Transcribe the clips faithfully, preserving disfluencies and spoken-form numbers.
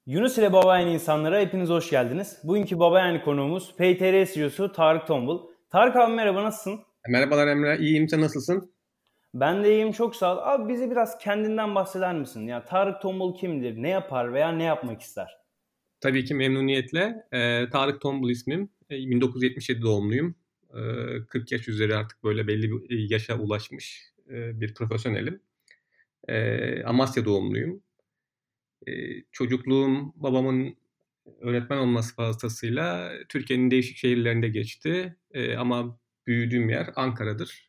Yunus ile Babayan insanlara hepiniz hoş geldiniz. Bugünkü Babayan konuğumuz P T R C E O'su Tarık Tombul. Tarık abi merhaba, nasılsın? Merhabalar Emre, iyiyim. Sen nasılsın? Ben de iyiyim, çok sağ ol. Abi bize biraz kendinden bahseder misin? Ya Tarık Tombul kimdir? Ne yapar veya ne yapmak ister? Tabii ki memnuniyetle. Ee, Tarık Tombul ismim. Ee, bin dokuz yüz yetmiş yedi doğumluyum. Ee, kırk yaş üzeri artık böyle belli bir yaşa ulaşmış e, bir profesyonelim. Ee, Amasya doğumluyum. Ee, çocukluğum babamın öğretmen olması vasıtasıyla Türkiye'nin değişik şehirlerinde geçti. Ee, ama büyüdüğüm yer Ankara'dır.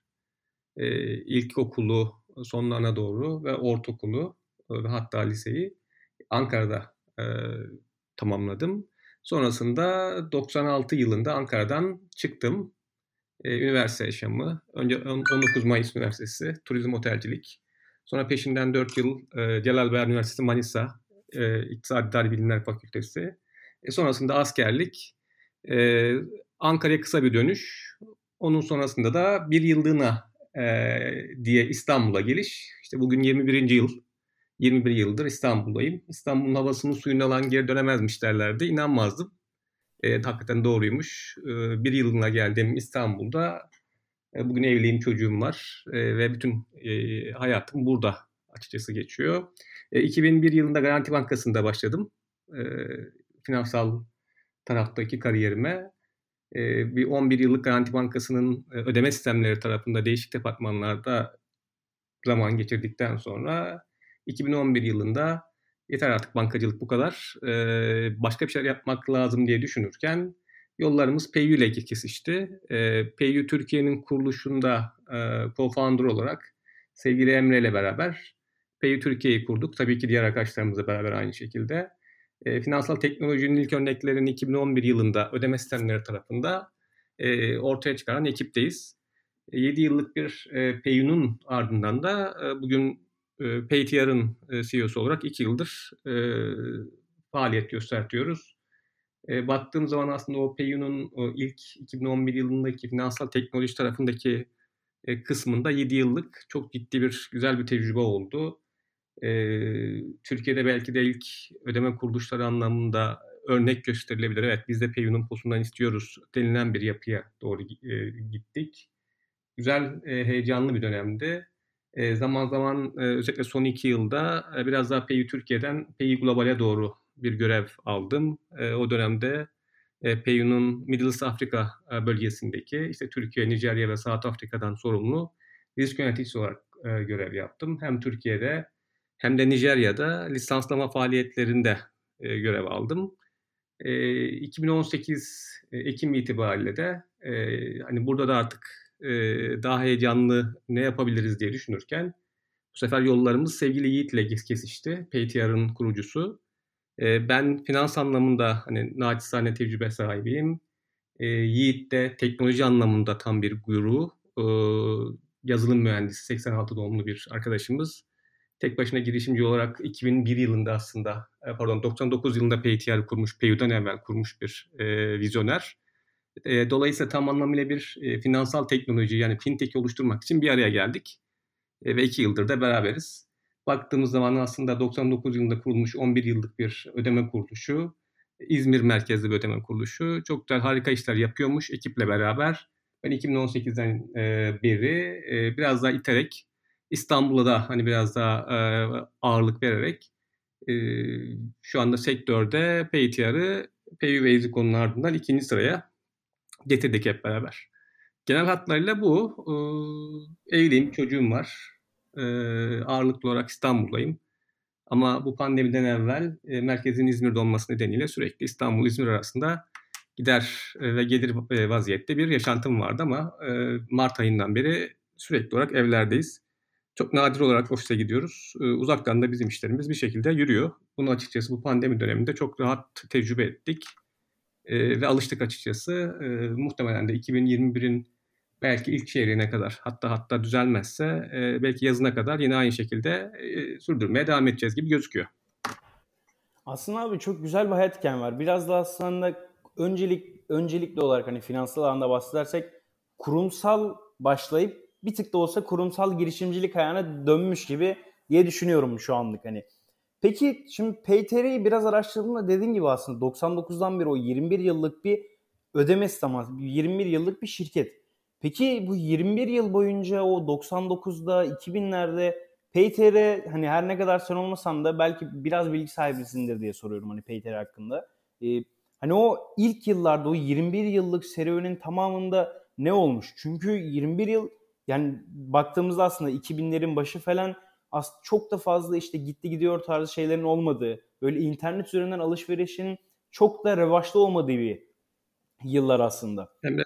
Ee, ilkokulu, sonlarına doğru ve ortaokulu ve hatta liseyi Ankara'da e, tamamladım. Sonrasında doksan altı yılında Ankara'dan çıktım. E, üniversite yaşamı. Önce on dokuz Mayıs Üniversitesi, Turizm Otelcilik. Sonra peşinden dört yıl e, Celal Bayar Üniversitesi Manisa, e, İktisadi İdari Bilimler Fakültesi. E, sonrasında askerlik. E, Ankara'ya kısa bir dönüş. Onun sonrasında da bir yıllığına e, diye İstanbul'a geliş. İşte bugün yirmi birinci yıl. yirmi bir yıldır İstanbul'dayım. İstanbul'un havasını suyunu alan geri dönemezmiş derlerdi. İnanmazdım. E, hakikaten doğruymuş. E, bir yılına geldim İstanbul'da. E, bugün evliyim, çocuğum var. E, ve bütün e, hayatım burada açıkçası geçiyor. E, iki bin bir yılında Garanti Bankası'nda başladım. E, finansal taraftaki kariyerime. E, bir on bir yıllık Garanti Bankası'nın e, ödeme sistemleri tarafında değişik departmanlarda zaman geçirdikten sonra iki bin on bir yılında yeter artık bankacılık bu kadar, ee, başka bir şeyler yapmak lazım diye düşünürken yollarımız PayU ile kesişti. Ee, PayU Türkiye'nin kuruluşunda e, co-founder olarak sevgili Emre ile beraber PayU Türkiye'yi kurduk. Tabii ki diğer arkadaşlarımızla beraber aynı şekilde. E, finansal teknolojinin ilk örneklerini iki bin on bir yılında ödeme sistemleri tarafında e, ortaya çıkaran ekipteyiz. yedi yıllık bir e, PayU'nun ardından da e, bugün e, PayTR'ın e, C E O'su olarak iki yıldır e, faaliyet gösteriyoruz. E, baktığım zaman aslında o PayU'nun o ilk iki bin on bir yılındaki finansal teknoloji tarafındaki e, kısmında yedi yıllık çok ciddi bir güzel bir tecrübe oldu. E, Türkiye'de belki de ilk ödeme kuruluşları anlamında örnek gösterilebilir. Evet, biz de PayU'nun posundan istiyoruz denilen bir yapıya doğru e, gittik. Güzel, e, heyecanlı bir dönemdi. E, zaman zaman e, özellikle son iki yılda e, biraz daha PayU Türkiye'den PayU Global'e doğru bir görev aldım. E, o dönemde e, PayU'nun Middle East Afrika e, bölgesindeki işte Türkiye, Nijerya ve South Afrika'dan sorumlu risk yöneticisi olarak e, görev yaptım. Hem Türkiye'de hem de Nijerya'da lisanslama faaliyetlerinde e, görev aldım. E, iki bin on sekiz e, Ekim itibariyle de e, hani burada da artık e, daha heyecanlı ne yapabiliriz diye düşünürken bu sefer yollarımız sevgili Yiğit ile kesişti. PayTR'ın kurucusu. E, ben finans anlamında hani naçizane tecrübe sahibiyim. E, Yiğit de teknoloji anlamında tam bir guru. E, yazılım mühendisi, seksen altı doğumlu bir arkadaşımız. Tek başına girişimci olarak iki bin bir yılında aslında, pardon doksan dokuz yılında PayTR kurmuş, PayU'dan evvel kurmuş bir e, vizyoner. E, dolayısıyla tam anlamıyla bir e, finansal teknoloji yani fintech oluşturmak için bir araya geldik. E, ve iki yıldır da beraberiz. Baktığımız zaman aslında doksan dokuz yılında kurulmuş on bir yıllık bir ödeme kuruluşu, İzmir merkezli bir ödeme kuruluşu. Çok güzel, harika işler yapıyormuş ekiple beraber. Ben iki bin on sekizden e, beri e, biraz daha iterek İstanbul'a da hani biraz daha e, ağırlık vererek e, şu anda sektörde PayTR'ı PayU ve Easycon'un ardından ikinci sıraya getirdik hep beraber. Genel hatlarıyla bu. Ee, evliyim, çocuğum var. Ee, ağırlıklı olarak İstanbul'dayım. Ama bu pandemiden evvel e, merkezin İzmir'de olması nedeniyle sürekli İstanbul-İzmir arasında gider e, ve gelir e, vaziyette bir yaşantım vardı ama e, Mart ayından beri sürekli olarak evlerdeyiz. Çok nadir olarak ofise gidiyoruz. E, uzaktan da bizim işlerimiz bir şekilde yürüyor. Bunu açıkçası bu pandemi döneminde çok rahat tecrübe ettik. E, ve alıştık açıkçası. E, muhtemelen de iki bin yirmi birin belki ilk çeyreğine kadar hatta hatta düzelmezse e, belki yazına kadar yine aynı şekilde e, sürdürmeye devam edeceğiz gibi gözüküyor. Aslında abi çok güzel bir hayat hikayen var. Biraz da aslında öncelik öncelikli olarak hani finansal alanda bahsedersek kurumsal başlayıp bir tık da olsa kurumsal girişimcilik ayağına dönmüş gibi diye düşünüyorum şu anlık hani. Peki şimdi Pay T R'yi biraz araştırdığımda dediğin gibi aslında doksan dokuzdan beri o yirmi bir yıllık bir ödeme sistemi, yirmi bir yıllık bir şirket. Peki bu yirmi bir yıl boyunca o doksan dokuzda, iki binlerde Pay T R, hani her ne kadar sen olmasan da belki biraz bilgi sahibisindir diye soruyorum hani Pay T R hakkında. Ee, Hani o ilk yıllarda o yirmi bir yıllık serüvenin tamamında ne olmuş? Çünkü yirmi bir yıl, yani baktığımızda aslında iki binlerin başı falan, aslında çok da fazla işte gitti gidiyor tarzı şeylerin olmadığı, böyle internet üzerinden alışverişin çok da revaçta olmadığı bir yıllar aslında. Emre,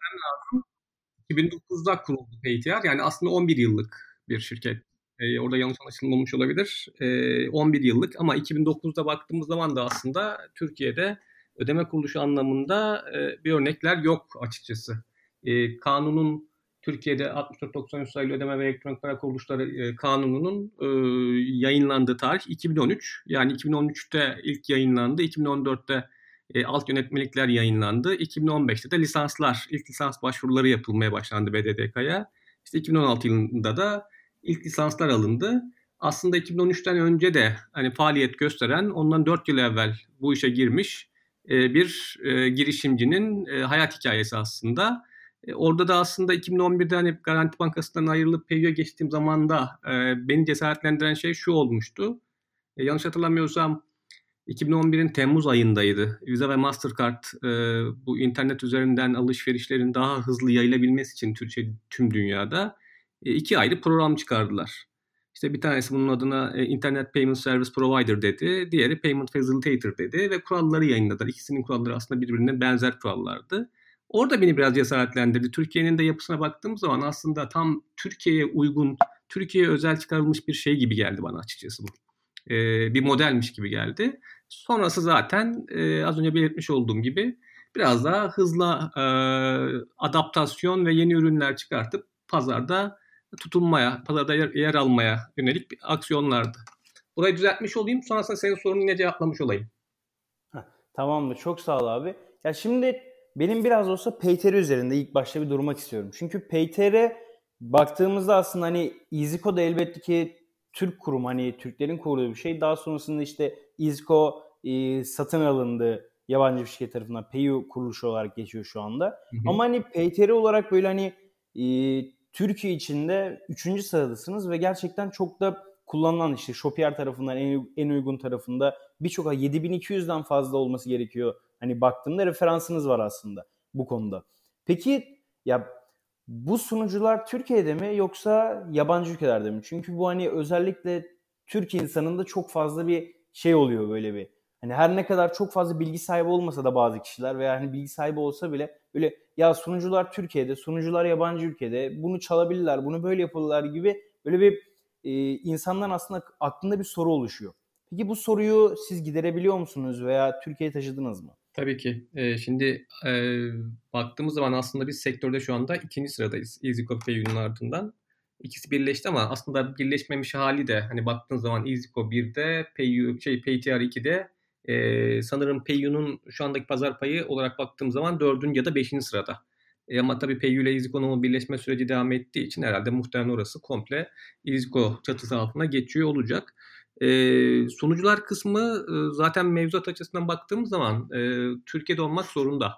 iki bin dokuzda kuruldu P T R. Yani aslında on bir yıllık bir şirket. Ee, orada yanlış anlaşılmamış olabilir. Ee, on bir yıllık ama iki bin dokuzda baktığımız zaman da aslında Türkiye'de ödeme kuruluşu anlamında e, bir örnekler yok açıkçası. E, kanunun Türkiye'de altmış dört doksan üç sayılı ödeme ve elektronik para kuruluşları e, kanununun e, yayınlandığı tarih iki bin on üç. Yani iki bin on üçte ilk yayınlandı. iki bin on dörtte e, alt yönetmelikler yayınlandı. iki bin on beşte de lisanslar, ilk lisans başvuruları yapılmaya başlandı B D D K'ya. İşte iki bin on altı yılında da ilk lisanslar alındı. Aslında iki bin on üçten önce de hani faaliyet gösteren, ondan dört yıl evvel bu işe girmiş e, bir e, girişimcinin e, hayat hikayesi aslında. E, orada da aslında iki bin on birde hani Garanti Bankası'ndan ayrılıp P Y O'ya geçtiğim zaman da e, beni cesaretlendiren şey şu olmuştu. E, yanlış hatırlamıyorsam iki bin on birin Temmuz ayındaydı. Visa ve Mastercard e, bu internet üzerinden alışverişlerin daha hızlı yayılabilmesi için Türkiye, tüm dünyada e, iki ayrı program çıkardılar. İşte bir tanesi bunun adına e, Internet Payment Service Provider dedi, diğeri Payment Facilitator dedi ve kuralları yayınladılar. İkisinin kuralları aslında birbirine benzer kurallardı. Orada beni biraz cesaretlendirdi. Türkiye'nin de yapısına baktığım zaman aslında tam Türkiye'ye uygun, Türkiye'ye özel çıkarılmış bir şey gibi geldi bana açıkçası bu. Ee, bir modelmiş gibi geldi. Sonrası zaten e, az önce belirtmiş olduğum gibi biraz daha hızlı e, adaptasyon ve yeni ürünler çıkartıp pazarda tutunmaya, pazarda yer, yer almaya yönelik bir aksiyonlardı. Burayı düzeltmiş olayım. Sonrasında senin sorunu yine cevaplamış olayım. Heh, tamamdır. Çok sağ ol abi. Ya şimdi benim biraz olsa Pay T R üzerinde ilk başta bir durmak istiyorum. Çünkü Pay T R baktığımızda aslında hani EasyCo da elbette ki Türk kurum, hani Türklerin kurduğu bir şey. Daha sonrasında işte EasyCo e, satın alındı yabancı bir şirket tarafından. PayU kuruluşu olarak geçiyor şu anda. Hı hı. Ama hani Pay T R olarak böyle hani e, Türkiye içinde üçüncü sıradasınız ve gerçekten çok da kullanılan, işte Shopier tarafından en, en uygun tarafında birçok yedi bin iki yüzden fazla olması gerekiyor. Hani baktığımda referansınız var aslında bu konuda. Peki ya bu sunucular Türkiye'de mi yoksa yabancı ülkelerde mi? Çünkü bu hani özellikle Türk insanında çok fazla bir şey oluyor, böyle bir. Hani her ne kadar çok fazla bilgi sahibi olmasa da bazı kişiler, veya hani bilgi sahibi olsa bile böyle, ya sunucular Türkiye'de, sunucular yabancı ülkede, bunu çalabilirler, bunu böyle yapılırlar gibi böyle bir e, insanların aslında aklında bir soru oluşuyor. Peki bu soruyu siz giderebiliyor musunuz veya Türkiye'ye taşıdınız mı? Tabii ki. Ee, şimdi e, baktığımız zaman aslında biz sektörde şu anda ikinci sıradayız. EasyCo PayU'nun ardından. İkisi birleşti ama aslında birleşmemiş hali de hani baktığın zaman EasyCo birde, PayU, şey P T R ikide, e, sanırım PayU'nun şu andaki pazar payı olarak baktığım zaman dördüncü ya da beşinci sırada. E, ama tabii PayU ile EasyCo'nun birleşme süreci devam ettiği için herhalde muhtemelen orası komple EasyCo çatısı altına geçiyor olacak. E, sunucular kısmı e, zaten mevzuat açısından baktığımız zaman e, Türkiye'de olmak zorunda.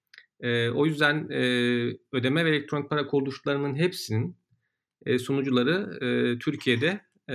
E, o yüzden e, ödeme ve elektronik para kuruluşlarının hepsinin e, sunucuları e, Türkiye'de e,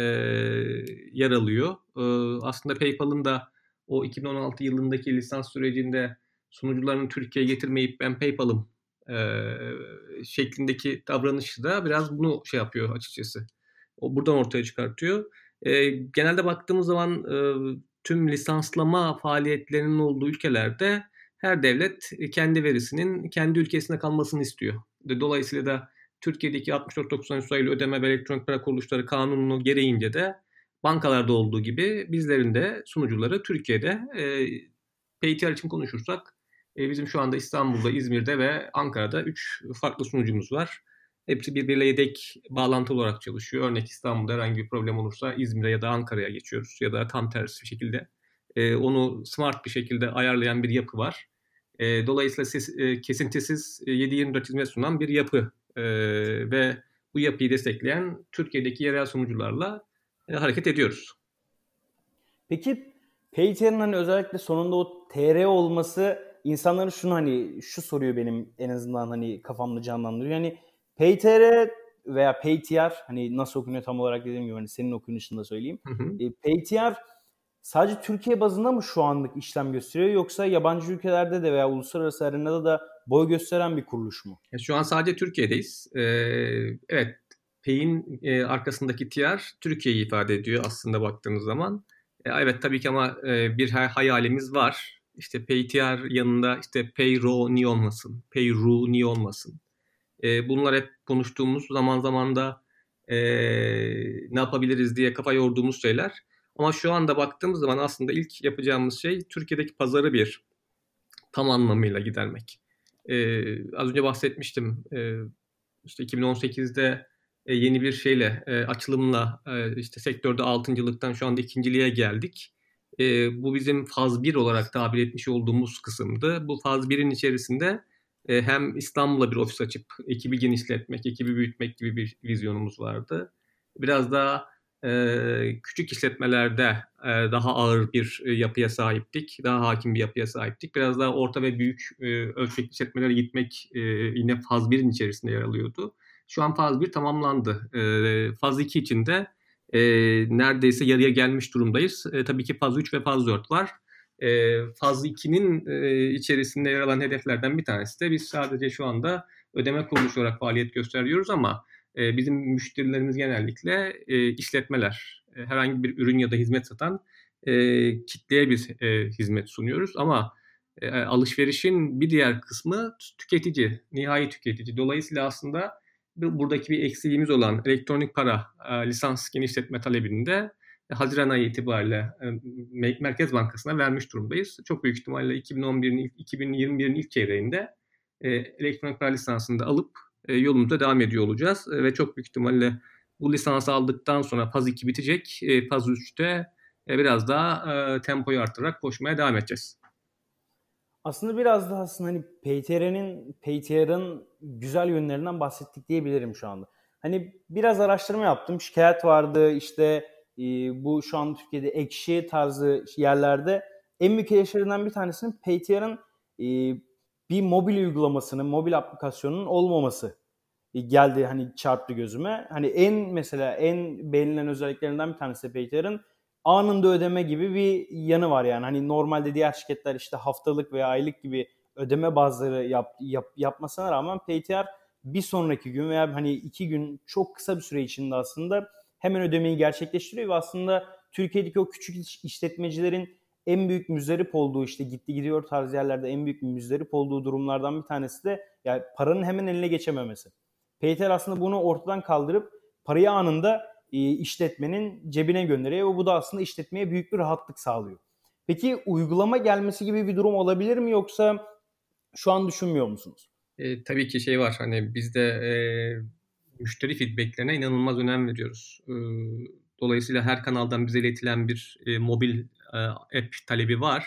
yer alıyor. E, aslında PayPal'ın da o iki bin on altı yılındaki lisans sürecinde sunucularını Türkiye'ye getirmeyip ben PayPal'ım e, şeklindeki davranışı da biraz bunu şey yapıyor açıkçası. O buradan ortaya çıkartıyor. E, genelde baktığımız zaman e, tüm lisanslama faaliyetlerinin olduğu ülkelerde her devlet kendi verisinin kendi ülkesinde kalmasını istiyor. Dolayısıyla da Türkiye'deki altmış dört doksan üç sayılı ödeme ve elektronik para kuruluşları kanunu gereğince de bankalarda olduğu gibi bizlerin de sunucuları Türkiye'de. E, P T R için konuşursak e, bizim şu anda İstanbul'da, İzmir'de ve Ankara'da üç farklı sunucumuz var. Hepsi birbiriyle yedek bağlantı olarak çalışıyor. Örnek İstanbul'da herhangi bir problem olursa İzmir'e ya da Ankara'ya geçiyoruz ya da tam tersi bir şekilde. E, onu smart bir şekilde ayarlayan bir yapı var. E, dolayısıyla ses, e, kesintisiz e, yedi yirmi dört hizmet sunan bir yapı e, ve bu yapıyı destekleyen Türkiye'deki yerel sunucularla e, hareket ediyoruz. Peki Paytm'in hani özellikle sonunda o T R olması insanların şunu hani şu soruyu benim en azından hani kafamda canlandırıyor. Yani P T R veya P T R hani nasıl okunuyor tam olarak dediğim gibi hani senin okunuşunu da söyleyeyim. Hı hı. E, P T R sadece Türkiye bazında mı şu anlık işlem gösteriyor yoksa yabancı ülkelerde de veya uluslararası arenada da boy gösteren bir kuruluş mu? E, Şu an sadece Türkiye'deyiz. Ee, evet, Pay'in e, arkasındaki T R Türkiye'yi ifade ediyor aslında baktığınız zaman. E, evet tabii ki ama e, bir hay- hayalimiz var. İşte Pay T R yanında işte Payro niye olmasın, Payru niye olmasın. E, bunlar hep konuştuğumuz zaman zaman da e, ne yapabiliriz diye kafa yorduğumuz şeyler. Ama şu anda baktığımız zaman aslında ilk yapacağımız şey Türkiye'deki pazarı bir tam anlamıyla gidermek. Ee, az önce bahsetmiştim. Ee, işte iki bin on sekizde e, yeni bir şeyle, e, açılımla e, işte sektörde altıncılıktan şu anda ikinciliğe geldik. E, bu bizim faz bir olarak tabir etmiş olduğumuz kısımdı. Bu faz birin içerisinde e, hem İstanbul'a bir ofis açıp ekibi genişletmek, ekibi büyütmek gibi bir vizyonumuz vardı. Biraz daha e, küçük işletmelerde e, daha ağır bir e, yapıya sahiptik. Daha hakim bir yapıya sahiptik. Biraz daha orta ve büyük e, ölçekli işletmelere gitmek e, yine faz birin içerisinde yer alıyordu. Şu an faz bir tamamlandı. E, faz iki için de e, neredeyse yarıya gelmiş durumdayız. E, tabii ki faz üç ve faz dört var. E, faz ikinin e, içerisinde yer alan hedeflerden bir tanesi de biz sadece şu anda ödeme kuruluşu olarak faaliyet gösteriyoruz ama e, bizim müşterilerimiz genellikle e, işletmeler. E, herhangi bir ürün ya da hizmet satan e, kitleye biz e, hizmet sunuyoruz ama e, alışverişin bir diğer kısmı tüketici, nihai tüketici. Dolayısıyla aslında buradaki bir eksiğimiz olan elektronik para e, lisans genişletme talebinde e, Haziran ayı itibariyle e, Merkez Bankası'na vermiş durumdayız. Çok büyük ihtimalle iki bin on birin, ilk- iki bin yirmi birin ilk çeyreğinde e, elektronik para lisansını da alıp e, yolumuza devam ediyor olacağız. E, ve çok büyük ihtimalle bu lisansı aldıktan sonra faz iki bitecek. E, faz üçte e, biraz daha e, tempoyu arttırarak koşmaya devam edeceğiz. Aslında biraz da aslında hani P T R'nin P T R'ın güzel yönlerinden bahsettik diyebilirim şu anda. Hani biraz araştırma yaptım. Şikayet vardı işte e, bu şu an Türkiye'de ekşi tarzı yerlerde en büyük eleştirilerinden bir tanesinin P T R'ın e, bir mobil uygulamasının, mobil aplikasyonunun olmaması e, geldi hani çarptı gözüme. Hani en mesela en beğenilen özelliklerinden bir tanesi P T R'ın anında ödeme gibi bir yanı var yani. Hani normalde diğer şirketler işte haftalık veya aylık gibi ödeme bazları yap, yap, yapmasına rağmen P T R bir sonraki gün veya hani iki gün çok kısa bir süre içinde aslında hemen ödemeyi gerçekleştiriyor ve aslında Türkiye'deki o küçük işletmecilerin en büyük müzdarip olduğu işte gitti gidiyor tarz yerlerde en büyük müzdarip olduğu durumlardan bir tanesi de yani paranın hemen eline geçememesi. P T R aslında bunu ortadan kaldırıp parayı anında e, işletmenin cebine gönderiyor ve bu da aslında işletmeye büyük bir rahatlık sağlıyor. Peki uygulama gelmesi gibi bir durum olabilir mi yoksa şu an düşünmüyor musunuz? E, tabii ki şey var hani biz de e, müşteri feedbacklerine inanılmaz önem veriyoruz. E, dolayısıyla her kanaldan bize iletilen bir e, mobil e, app talebi var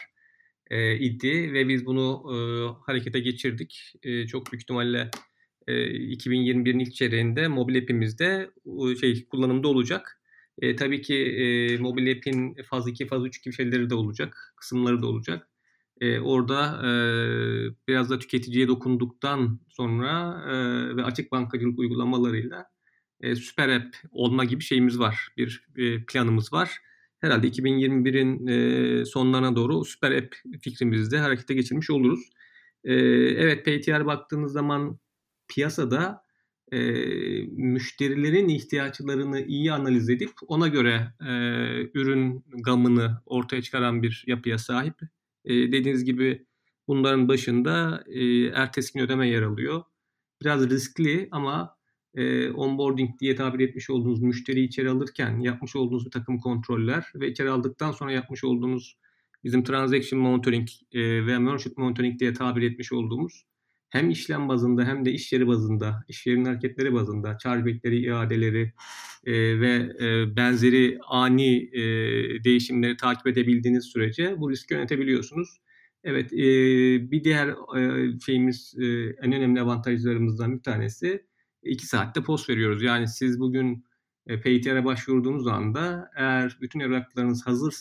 e, idi ve biz bunu e, harekete geçirdik. E, çok büyük ihtimalle e, iki bin yirmi birin ilk çeyreğinde mobil app'imizde e, şey kullanımda olacak. E, tabii ki e, mobil app'in faz iki, faz üç gibi şeyleri de olacak, kısımları da olacak. E, orada e, biraz da tüketiciye dokunduktan sonra e, ve açık bankacılık uygulamalarıyla e, süper app olma gibi şeyimiz var. Bir e, planımız var. Herhalde iki bin yirmi birin e, sonlarına doğru süper app fikrimizde harekete geçirmiş oluruz. E, evet, P T R baktığınız zaman piyasada e, müşterilerin ihtiyaçlarını iyi analiz edip ona göre e, ürün gamını ortaya çıkaran bir yapıya sahip. E, dediğiniz gibi bunların başında e, ertesi gün ödeme yer alıyor. Biraz riskli ama e, onboarding diye tabir etmiş olduğunuz müşteriyi içeri alırken yapmış olduğunuz bir takım kontroller ve içeri aldıktan sonra yapmış olduğunuz bizim transaction monitoring e, ve merchant monitoring diye tabir etmiş olduğumuz hem işlem bazında hem de iş yeri bazında, iş yerinin hareketleri bazında, chargeback'leri, iadeleri e, ve e, benzeri ani e, değişimleri takip edebildiğiniz sürece bu riski yönetebiliyorsunuz. Evet, e, bir diğer e, şeyimiz, e, en önemli avantajlarımızdan bir tanesi iki saatte post veriyoruz. Yani siz bugün e, P T R'e başvurduğunuz anda eğer bütün evraklarınız hazırsa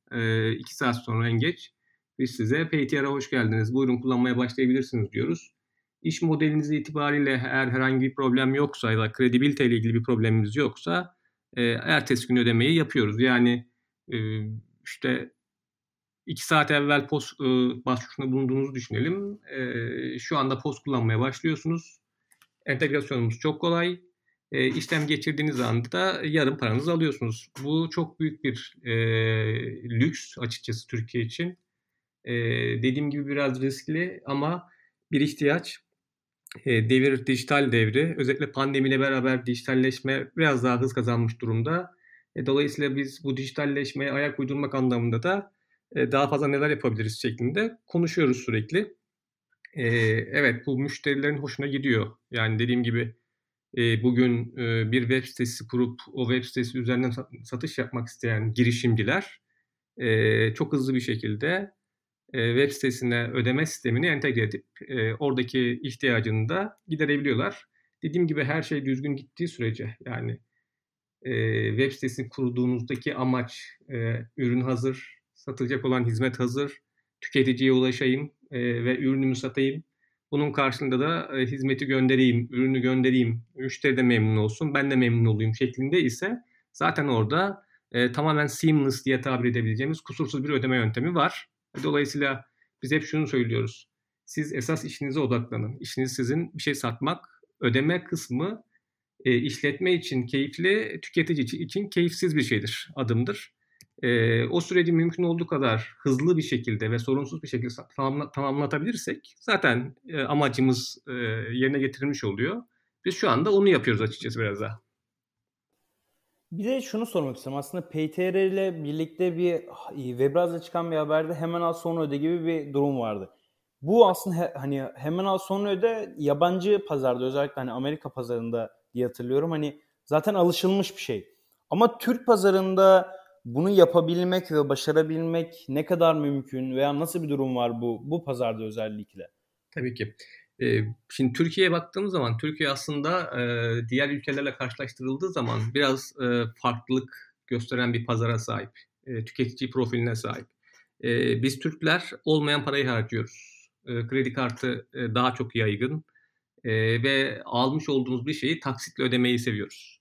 e, iki saat sonra en geç biz size P T R'a hoş geldiniz, buyurun kullanmaya başlayabilirsiniz diyoruz. İş modeliniz itibariyle eğer herhangi bir problem yoksa ya da kredibilite ile ilgili bir problemimiz yoksa e, ertesi gün ödemeyi yapıyoruz. Yani e, işte iki saat evvel post e, başvurusunda bulunduğunuzu düşünelim. E, şu anda post kullanmaya başlıyorsunuz. Entegrasyonumuz çok kolay. E, işlem geçirdiğiniz anda yarım paranızı alıyorsunuz. Bu çok büyük bir e, lüks açıkçası Türkiye için. E, dediğim gibi biraz riskli ama bir ihtiyaç. E, devir dijital devri. Özellikle pandemiyle beraber dijitalleşme biraz daha hız kazanmış durumda. E, dolayısıyla biz bu dijitalleşmeye ayak uydurmak anlamında da e, daha fazla neler yapabiliriz şeklinde konuşuyoruz sürekli. E, evet, bu müşterilerin hoşuna gidiyor. Yani dediğim gibi e, bugün e, bir web sitesi kurup o web sitesi üzerinden satış yapmak isteyen girişimciler e, çok hızlı bir şekilde e, web sitesine ödeme sistemini entegre edip e, oradaki ihtiyacını da giderebiliyorlar. Dediğim gibi her şey düzgün gittiği sürece, yani e, web sitesini kurduğunuzdaki amaç e, ürün hazır, satılacak olan hizmet hazır, tüketiciye ulaşayım e, ve ürünümü satayım. Bunun karşılığında da e, hizmeti göndereyim, ürünü göndereyim, müşteri de memnun olsun, ben de memnun olayım şeklinde ise zaten orada e, tamamen seamless diye tabir edebileceğimiz kusursuz bir ödeme yöntemi var. Dolayısıyla biz hep şunu söylüyoruz. Siz esas işinize odaklanın. İşiniz sizin bir şey satmak, ödeme kısmı e, işletme için keyifli, tüketici için keyifsiz bir şeydir, adımdır. E, o süreci mümkün olduğu kadar hızlı bir şekilde ve sorunsuz bir şekilde tamamla, tamamlatabilirsek zaten e, amacımız e, yerine getirilmiş oluyor. Biz şu anda onu yapıyoruz açıkçası biraz daha. Bir de şunu sormak istiyorum. Aslında P T R ile birlikte bir Webraz'da çıkan bir haberde hemen al sonra öde gibi bir durum vardı. Bu aslında he, hani hemen al sonra öde yabancı pazarda, özellikle hani Amerika pazarında diye hatırlıyorum. Hani zaten alışılmış bir şey. Ama Türk pazarında bunu yapabilmek ve başarabilmek ne kadar mümkün veya nasıl bir durum var bu bu pazarda özellikle? Tabii ki. Şimdi Türkiye'ye baktığımız zaman Türkiye aslında diğer ülkelerle karşılaştırıldığı zaman biraz farklılık gösteren bir pazara sahip. Tüketici profiline sahip. Biz Türkler olmayan parayı harcıyoruz. Kredi kartı daha çok yaygın ve almış olduğumuz bir şeyi taksitle ödemeyi seviyoruz.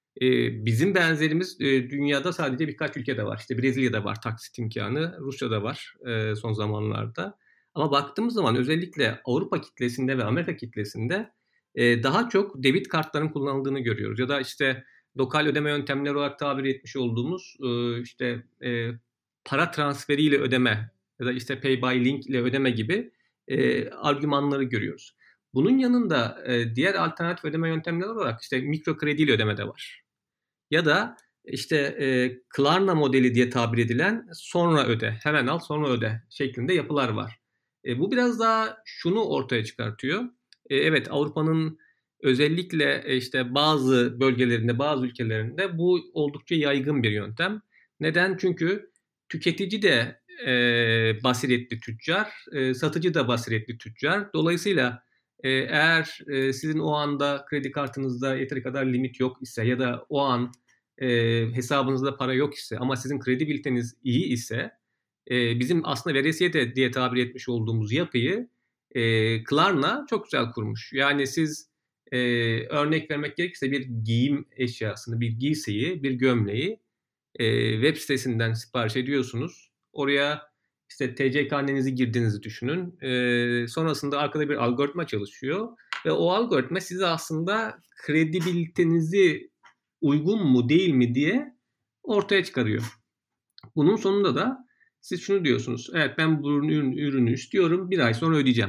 Bizim benzerimiz dünyada sadece birkaç ülkede var. İşte Brezilya'da var taksit imkanı, Rusya'da var son zamanlarda. Ama baktığımız zaman özellikle Avrupa kitlesinde ve Amerika kitlesinde e, daha çok debit kartların kullanıldığını görüyoruz. Ya da işte lokal ödeme yöntemleri olarak tabir etmiş olduğumuz e, işte e, para transferiyle ödeme ya da işte pay by link ile ödeme gibi e, argümanları görüyoruz. Bunun yanında e, diğer alternatif ödeme yöntemleri olarak işte mikro krediyle ödeme de var. Ya da işte e, Klarna modeli diye tabir edilen sonra öde, hemen al sonra öde şeklinde yapılar var. E, bu biraz daha şunu ortaya çıkartıyor. E, evet, Avrupa'nın özellikle e, işte bazı bölgelerinde, bazı ülkelerinde bu oldukça yaygın bir yöntem. Neden? Çünkü tüketici de e, basiretli tüccar, e, satıcı da basiretli tüccar. Dolayısıyla e, eğer e, sizin o anda kredi kartınızda yeteri kadar limit yok ise ya da o an e, hesabınızda para yok ise ama sizin kredibiliteniz iyi ise e, bizim aslında veresiye de diye tabir etmiş olduğumuz yapıyı e, Klarna çok güzel kurmuş. Yani siz e, örnek vermek gerekirse bir giyim eşyasını, bir giysiyi, bir gömleği e, web sitesinden sipariş ediyorsunuz. Oraya işte T C K hanenizi girdiğinizi düşünün. E, sonrasında arkada bir algoritma çalışıyor ve o algoritma size aslında kredibilitenizi uygun mu değil mi diye ortaya çıkarıyor. Bunun sonunda da siz şunu diyorsunuz. Evet, ben bu ürün, ürünü istiyorum. Bir ay sonra ödeyeceğim.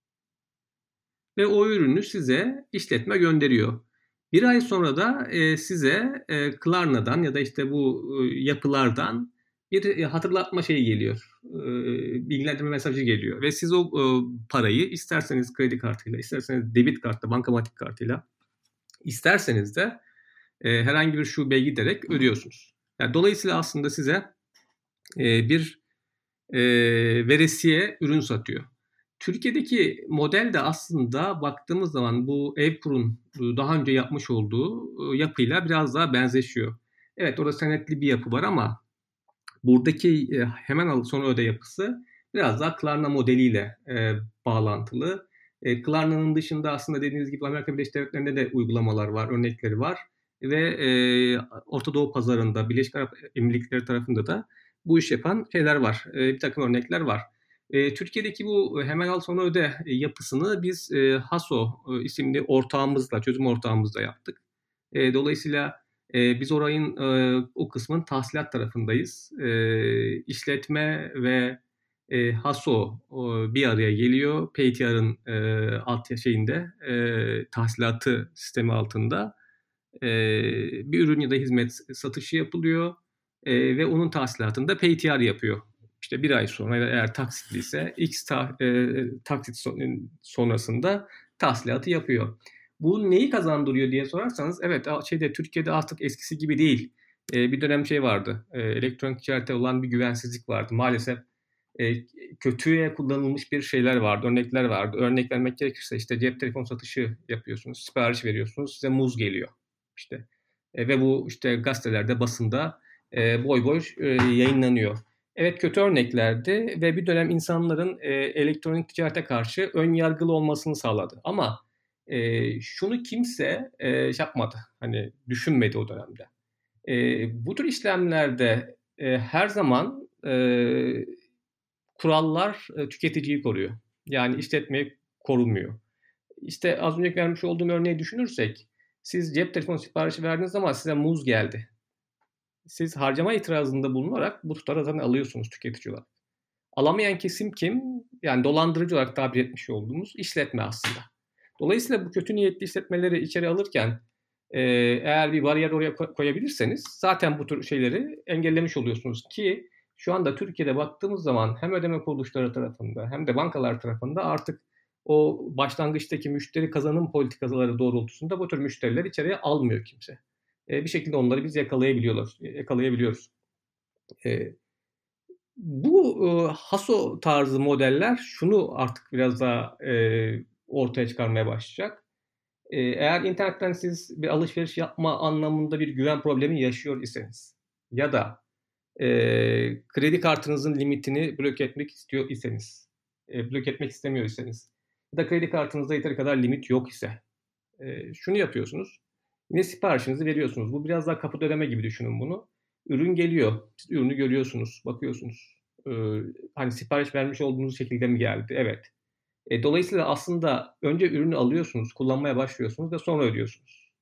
Ve o ürünü size işletme gönderiyor. Bir ay sonra da e, size e, Klarna'dan ya da işte bu e, yapılardan bir e, hatırlatma şeyi geliyor. E, bilgilendirme mesajı geliyor. Ve siz o e, parayı isterseniz kredi kartıyla, isterseniz debit kartla, bankamatik kartıyla, isterseniz de e, herhangi bir şubeye giderek ödüyorsunuz. Yani dolayısıyla aslında size e, bir e, veresiye ürün satıyor. Türkiye'deki model de aslında baktığımız zaman bu Evkur'un daha önce yapmış olduğu yapıyla biraz daha benzeşiyor. Evet, orada senetli bir yapı var ama Buradaki e, hemen al sonra öde yapısı biraz daha Klarna modeliyle e, bağlantılı. E, Klarna'nın dışında aslında dediğiniz gibi Amerika Birleşik Devletleri'nde de uygulamalar var, örnekleri var. Ve e, Orta Doğu pazarında, Birleşik Arap Emirlikleri tarafında da bu iş yapan şeyler var. E, bir takım örnekler var. E, Türkiye'deki bu hemen al sonra öde yapısını biz e, Haso e, isimli ortağımızla, çözüm ortağımızla yaptık. E, dolayısıyla e, biz orayın e, o kısmın tahsilat tarafındayız. E, işletme ve e, Haso e, bir araya geliyor. P T R'ın e, alt şeyinde e, tahsilatı sistemi altında e, bir ürün ya da hizmet satışı yapılıyor e, ve onun tahsilatını da P T R yapıyor. İşte bir ay sonra eğer taksitliyse X ta, e, taksit son, sonrasında tahsilatı yapıyor. Bu neyi kazandırıyor diye sorarsanız evet şeyde Türkiye'de artık eskisi gibi değil. E, bir dönem şey vardı. E, elektronik ticarete olan bir güvensizlik vardı. Maalesef e, kötüye kullanılmış bir şeyler vardı, örnekler vardı. Örnek vermek gerekirse işte cep telefon satışı yapıyorsunuz, sipariş veriyorsunuz, size muz geliyor. İşte e, ve bu işte gazetelerde, basında e, boy boy e, yayınlanıyor. Evet kötü örneklerdi ve bir dönem insanların e, elektronik ticarete karşı ön yargılı olmasını sağladı. Ama e, şunu kimse e, yapmadı, hani düşünmedi o dönemde. E, bu tür işlemlerde e, her zaman e, kurallar e, tüketiciyi koruyor. Yani işletmeyi korumuyor. İşte az önce vermiş olduğum örneği düşünürsek, siz cep telefonu siparişi verdiniz ama size muz geldi. Siz harcama itirazında bulunarak bu tutarı zaten alıyorsunuz tüketici olarak. Alamayan kesim kim? Yani dolandırıcı olarak tabir etmiş olduğumuz işletme aslında. Dolayısıyla bu kötü niyetli işletmeleri içeri alırken e, eğer bir bariyer oraya koyabilirseniz zaten bu tür şeyleri engellemiş oluyorsunuz ki şu anda Türkiye'de baktığımız zaman hem ödeme kuruluşları tarafında hem de bankalar tarafında artık o başlangıçtaki müşteri kazanım politikaları doğrultusunda bu tür müşteriler içeriye almıyor kimse. E, bir şekilde onları biz yakalayabiliyoruz. Yakalayabiliyoruz. E, Bu e, Haso tarzı modeller şunu artık biraz daha e, ortaya çıkarmaya başlayacak. E, eğer internetten siz bir alışveriş yapma anlamında bir güven problemi yaşıyor iseniz ya da e, kredi kartınızın limitini bloke etmek istiyor iseniz, e, bloke etmek istemiyor iseniz ya da kredi kartınızda yeteri kadar limit yok ise e, şunu yapıyorsunuz. Yine siparişinizi veriyorsunuz. Bu biraz daha kapıda ödeme gibi düşünün bunu. Ürün geliyor. Siz ürünü görüyorsunuz, bakıyorsunuz. Ee, hani sipariş vermiş olduğunuz şekilde mi geldi? Evet. E, dolayısıyla aslında önce ürünü alıyorsunuz, kullanmaya başlıyorsunuz ve sonra ödüyorsunuz.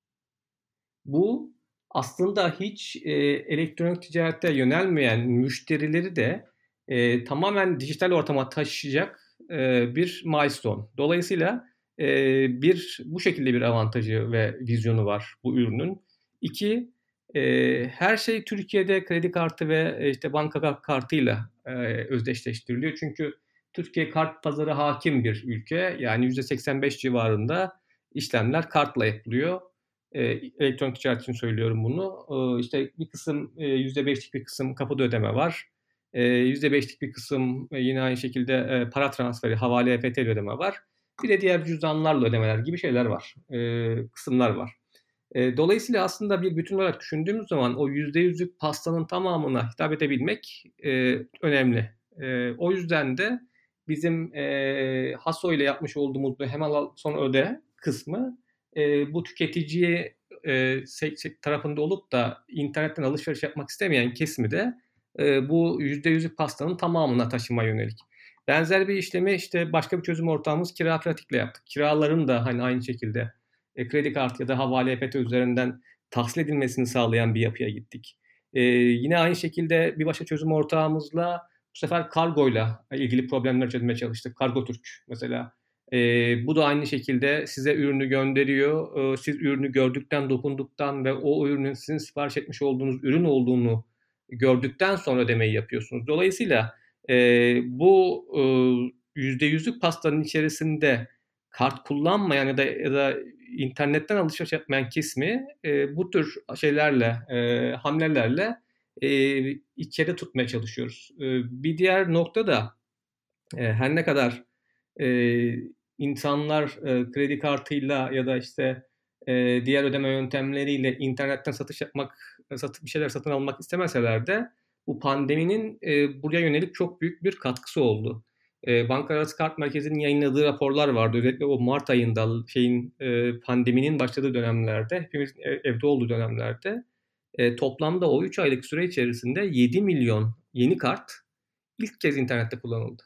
Bu aslında hiç e, elektronik ticarete yönelmeyen müşterileri de e, tamamen dijital ortama taşıyacak e, bir milestone. Dolayısıyla e, bir bu şekilde bir avantajı ve vizyonu var bu ürünün. İki, e, her şey Türkiye'de kredi kartı ve e, işte banka kartıyla e, özdeşleştiriliyor. Çünkü Türkiye kart pazarı hakim bir ülke. Yani yüzde seksen beş civarında işlemler kartla yapılıyor. E, elektronik ticaret için söylüyorum bunu. E, işte bir kısım e, yüzde beşlik bir kısım kapıda ödeme var. E, yüzde beşlik bir kısım e, yine aynı şekilde e, para transferi, havale, E F T ödeme var. Bir de diğer cüzdanlarla ödemeler gibi şeyler var. E, kısımlar var. E, dolayısıyla aslında bir bütün olarak düşündüğümüz zaman o yüzde yüzlük pastanın tamamına hitap edebilmek e, önemli. E, o yüzden de bizim e, Haso ile yapmış olduğumuz bu hemen sonra öde kısmı e, bu tüketiciye e, tarafında olup da internetten alışveriş yapmak istemeyen kesimi de e, bu yüzde yüzlük pastanın tamamına taşıma yönelik. Benzer bir işlemi işte başka bir çözüm ortağımız Kira Pratik'le yaptık. Kiraların da hani aynı şekilde e, kredi kartı ya da havale E F T üzerinden tahsil edilmesini sağlayan bir yapıya gittik. E, yine aynı şekilde bir başka çözüm ortağımızla bu sefer kargoyla ilgili problemler çözmeye çalıştık. Kargo Türk mesela. E, bu da aynı şekilde size ürünü gönderiyor. E, siz ürünü gördükten, dokunduktan ve o ürünün sizin sipariş etmiş olduğunuz ürün olduğunu gördükten sonra ödemeyi yapıyorsunuz. Dolayısıyla e, bu e, yüzde yüzlük pastanın içerisinde kart kullanmayan ya da, ya da internetten alışveriş yapmayan kesimi e, bu tür şeylerle, e, hamlelerle e, içeri tutmaya çalışıyoruz. E, bir diğer nokta da e, her ne kadar e, insanlar e, kredi kartıyla ya da işte e, diğer ödeme yöntemleriyle internetten satış yapmak, satış bir şeyler satın almak istemeseler de bu pandeminin e, buraya yönelik çok büyük bir katkısı oldu. E, Banka Arası Kart Merkezi'nin yayınladığı raporlar vardı. Özellikle o Mart ayında şeyin e, pandeminin başladığı dönemlerde, hepimiz evde olduğu dönemlerde e, toplamda o üç aylık süre içerisinde yedi milyon yeni kart ilk kez internette kullanıldı.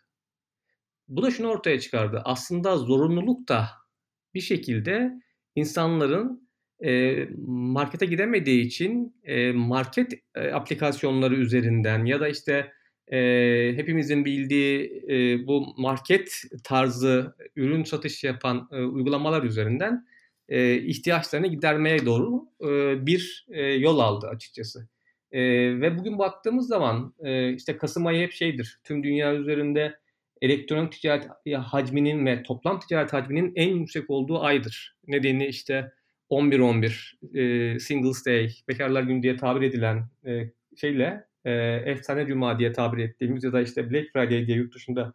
Bu da şunu ortaya çıkardı. Aslında zorunluluk da bir şekilde insanların e, markete gidemediği için e, market e, aplikasyonları üzerinden ya da işte e, hepimizin bildiği e, bu market tarzı ürün satış yapan e, uygulamalar üzerinden e, ihtiyaçlarını gidermeye doğru e, bir e, yol aldı açıkçası. E, ve bugün baktığımız zaman e, işte Kasım ayı hep şeydir. Tüm dünya üzerinde elektronik ticaret hacminin ve toplam ticaret hacminin en yüksek olduğu aydır. Nedeni işte on bir on bir e, Singles Day, Bekarlar Günü diye tabir edilen e, şeyle e, Efsane Cuma diye tabir ettiğimiz ya da işte Black Friday diye yurt dışında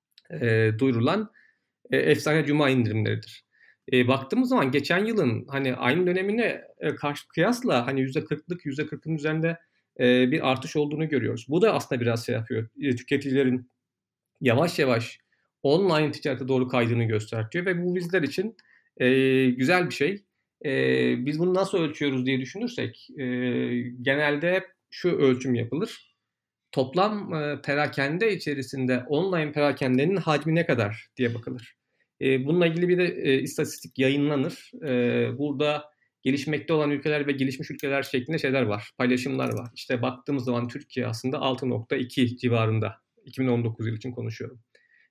e, duyurulan e, Efsane Cuma indirimleridir. E, baktığımız zaman geçen yılın hani aynı dönemine e, karşı kıyasla hani yüzde kırklık yüzde kırkın üzerinde e, bir artış olduğunu görüyoruz. Bu da aslında biraz şey yapıyor. E, tüketicilerin yavaş yavaş online ticarete doğru kaydığını gösteriyor ve bu bizler için e, güzel bir şey. E, biz bunu nasıl ölçüyoruz diye düşünürsek e, genelde hep şu ölçüm yapılır. Toplam e, perakende içerisinde online perakendenin hacmi ne kadar diye bakılır. E, bununla ilgili bir de e, istatistik yayınlanır. E, burada gelişmekte olan ülkeler ve gelişmiş ülkeler şeklinde şeyler var, paylaşımlar var. İşte baktığımız zaman Türkiye aslında altı nokta iki civarında. iki bin on dokuz yıl için konuşuyorum.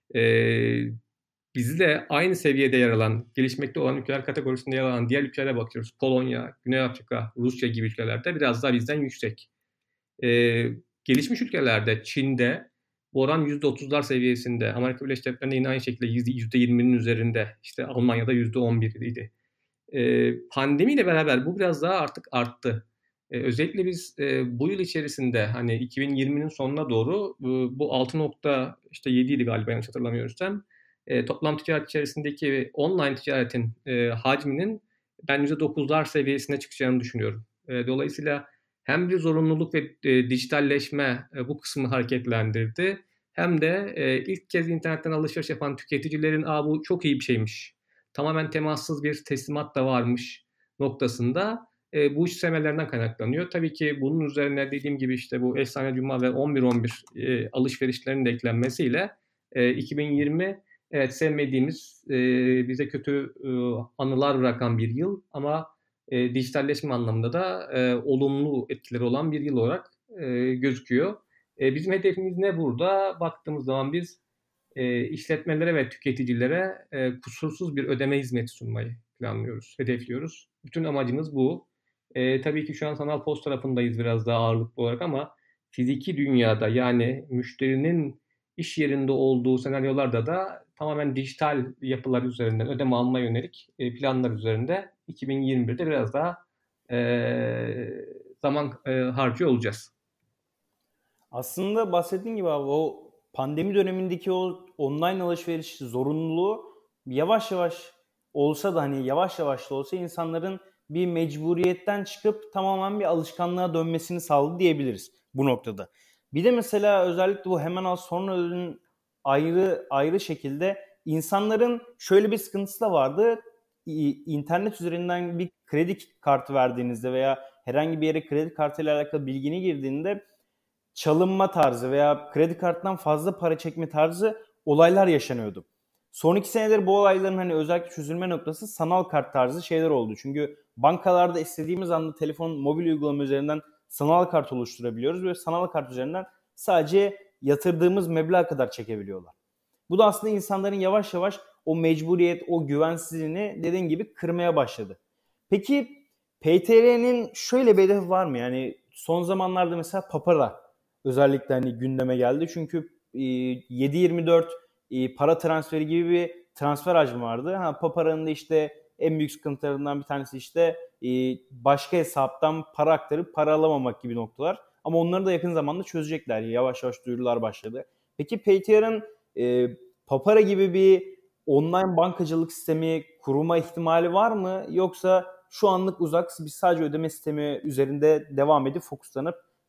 Ee, bizle aynı seviyede yer alan, gelişmekte olan ülkeler kategorisinde yer alan diğer ülkelere bakıyoruz. Polonya, Güney Afrika, Rusya gibi ülkelerde biraz daha bizden yüksek. Ee, gelişmiş ülkelerde, Çin'de bu oran yüzde otuzlar seviyesinde. Amerika Birleşik Devletleri'nde yine aynı şekilde yüzde yirminin üzerinde. İşte Almanya'da yüzde on bir idi. Ee, pandemiyle beraber bu biraz daha artık arttı. Ee, özellikle biz e, bu yıl içerisinde hani iki bin yirminin sonuna doğru bu, bu altı nokta yedi idi galiba yanlış hatırlamıyorsam. E, toplam ticaret içerisindeki online ticaretin e, hacminin ben yüzde dokuzlar seviyesine çıkacağını düşünüyorum. E, dolayısıyla hem bir zorunluluk ve e, dijitalleşme e, bu kısmı hareketlendirdi. Hem de e, ilk kez internetten alışveriş yapan tüketicilerin Aa, bu çok iyi bir şeymiş, tamamen temassız bir teslimat da varmış noktasında e, bu işlemelerinden kaynaklanıyor. Tabii ki bunun üzerine dediğim gibi işte bu Efsane Cuma ve on bir on bir e, alışverişlerin de eklenmesiyle e, iki bin yirmi evet sevmediğimiz e, bize kötü e, anılar bırakan bir yıl ama e, dijitalleşme anlamında da e, olumlu etkileri olan bir yıl olarak e, gözüküyor. E, bizim hedefimiz ne burada? Baktığımız zaman biz e, işletmelere ve tüketicilere e, kusursuz bir ödeme hizmeti sunmayı planlıyoruz, hedefliyoruz. Bütün amacımız bu. E, tabii ki şu an sanal post tarafındayız biraz daha ağırlıklı olarak ama fiziki dünyada yani müşterinin iş yerinde olduğu senaryolarda da tamamen dijital yapılar üzerinden ödeme alma yönelik e, planlar üzerinde iki bin yirmi birde biraz daha e, zaman e, harcıyor olacağız. Aslında bahsettiğin gibi abi o pandemi dönemindeki o online alışveriş zorunluluğu yavaş yavaş olsa da hani yavaş yavaş da olsa insanların bir mecburiyetten çıkıp tamamen bir alışkanlığa dönmesini sağladı diyebiliriz bu noktada. Bir de mesela özellikle bu hemen az sonra ürün ayrı ayrı şekilde insanların şöyle bir sıkıntısı da vardı. İnternet üzerinden bir kredi kartı verdiğinizde veya herhangi bir yere kredi kartıyla alakalı bilgini girdiğinde çalınma tarzı veya kredi kartından fazla para çekme tarzı olaylar yaşanıyordu. Son iki senedir bu olayların hani özellikle çözülme noktası sanal kart tarzı şeyler oldu. Çünkü bankalarda istediğimiz anda telefon, mobil uygulama üzerinden sanal kart oluşturabiliyoruz ve sanal kart üzerinden sadece yatırdığımız meblağ kadar çekebiliyorlar. Bu da aslında insanların yavaş yavaş o mecburiyet, o güvensizliğini dediğin gibi kırmaya başladı. Peki P T R'nin şöyle bir hedefi var mı? Yani son zamanlarda mesela Papara özellikle hani gündeme geldi. Çünkü e, yedi yirmi dört e, para transferi gibi bir transfer hacmi vardı. Ha, Papara'nın da işte en büyük sıkıntılarından bir tanesi işte e, başka hesaptan para aktarıp para alamamak gibi noktalar. Ama onları da yakın zamanda çözecekler. Yavaş yavaş duyurular başladı. Peki P T R'ın e, Papara gibi bir online bankacılık sistemi kurma ihtimali var mı? Yoksa şu anlık uzak biz sadece ödeme sistemi üzerinde devam edip fokuslanıp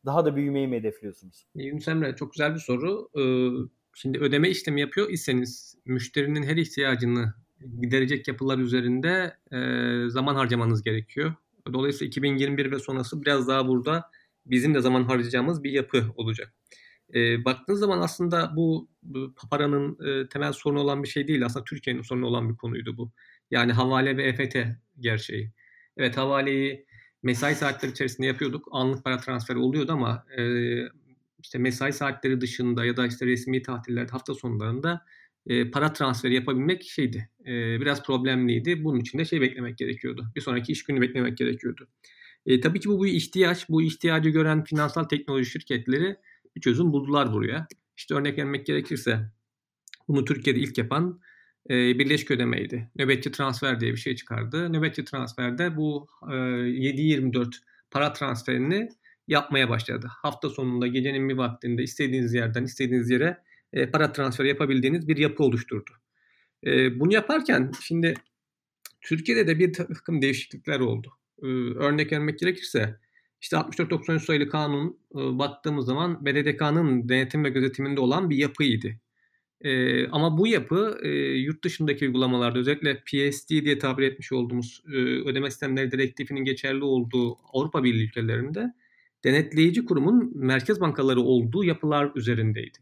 daha da büyümeyi mi hedefliyorsunuz? Yunus Emre, çok güzel bir soru. Ee, Şimdi ödeme işlemi yapıyor iseniz müşterinin her ihtiyacını giderecek yapılar üzerinde e, zaman harcamanız gerekiyor. Dolayısıyla iki bin yirmi bir ve sonrası biraz daha burada bizim de zaman harcayacağımız bir yapı olacak. E, baktığınız zaman aslında bu, bu Papara'nın e, temel sorunu olan bir şey değil. Aslında Türkiye'nin sorunu olan bir konuydu bu. Yani havale ve E F T gerçeği. Evet, havaleyi mesai saatleri içerisinde yapıyorduk. Anlık para transferi oluyordu ama e, işte mesai saatleri dışında ya da işte resmi tatillerde, hafta sonlarında e, para transferi yapabilmek şeydi. E, biraz problemliydi. Bunun için de şey beklemek gerekiyordu. Bir sonraki iş günü beklemek gerekiyordu. E, tabii ki bu bir ihtiyaç. Bu ihtiyacı gören finansal teknoloji şirketleri bir çözüm buldular buraya. İşte örnek vermek gerekirse bunu Türkiye'de ilk yapan e, Birleşik Ödeme'ydi. Nöbetçi transfer diye bir şey çıkardı. Nöbetçi transferde bu e, yedi yirmi dört para transferini yapmaya başladı. Hafta sonunda gecenin bir vaktinde istediğiniz yerden istediğiniz yere e, para transferi yapabildiğiniz bir yapı oluşturdu. E, bunu yaparken şimdi Türkiye'de de bir takım değişiklikler oldu. E, örnek vermek gerekirse işte altmış dört doksan üç sayılı kanun e, baktığımız zaman B D D K'nın denetim ve gözetiminde olan bir yapıydı. Ee, ama bu yapı e, yurt dışındaki uygulamalarda özellikle P S D diye tabir etmiş olduğumuz e, ödeme sistemleri direktifinin geçerli olduğu Avrupa Birliği ülkelerinde denetleyici kurumun merkez bankaları olduğu yapılar üzerindeydi.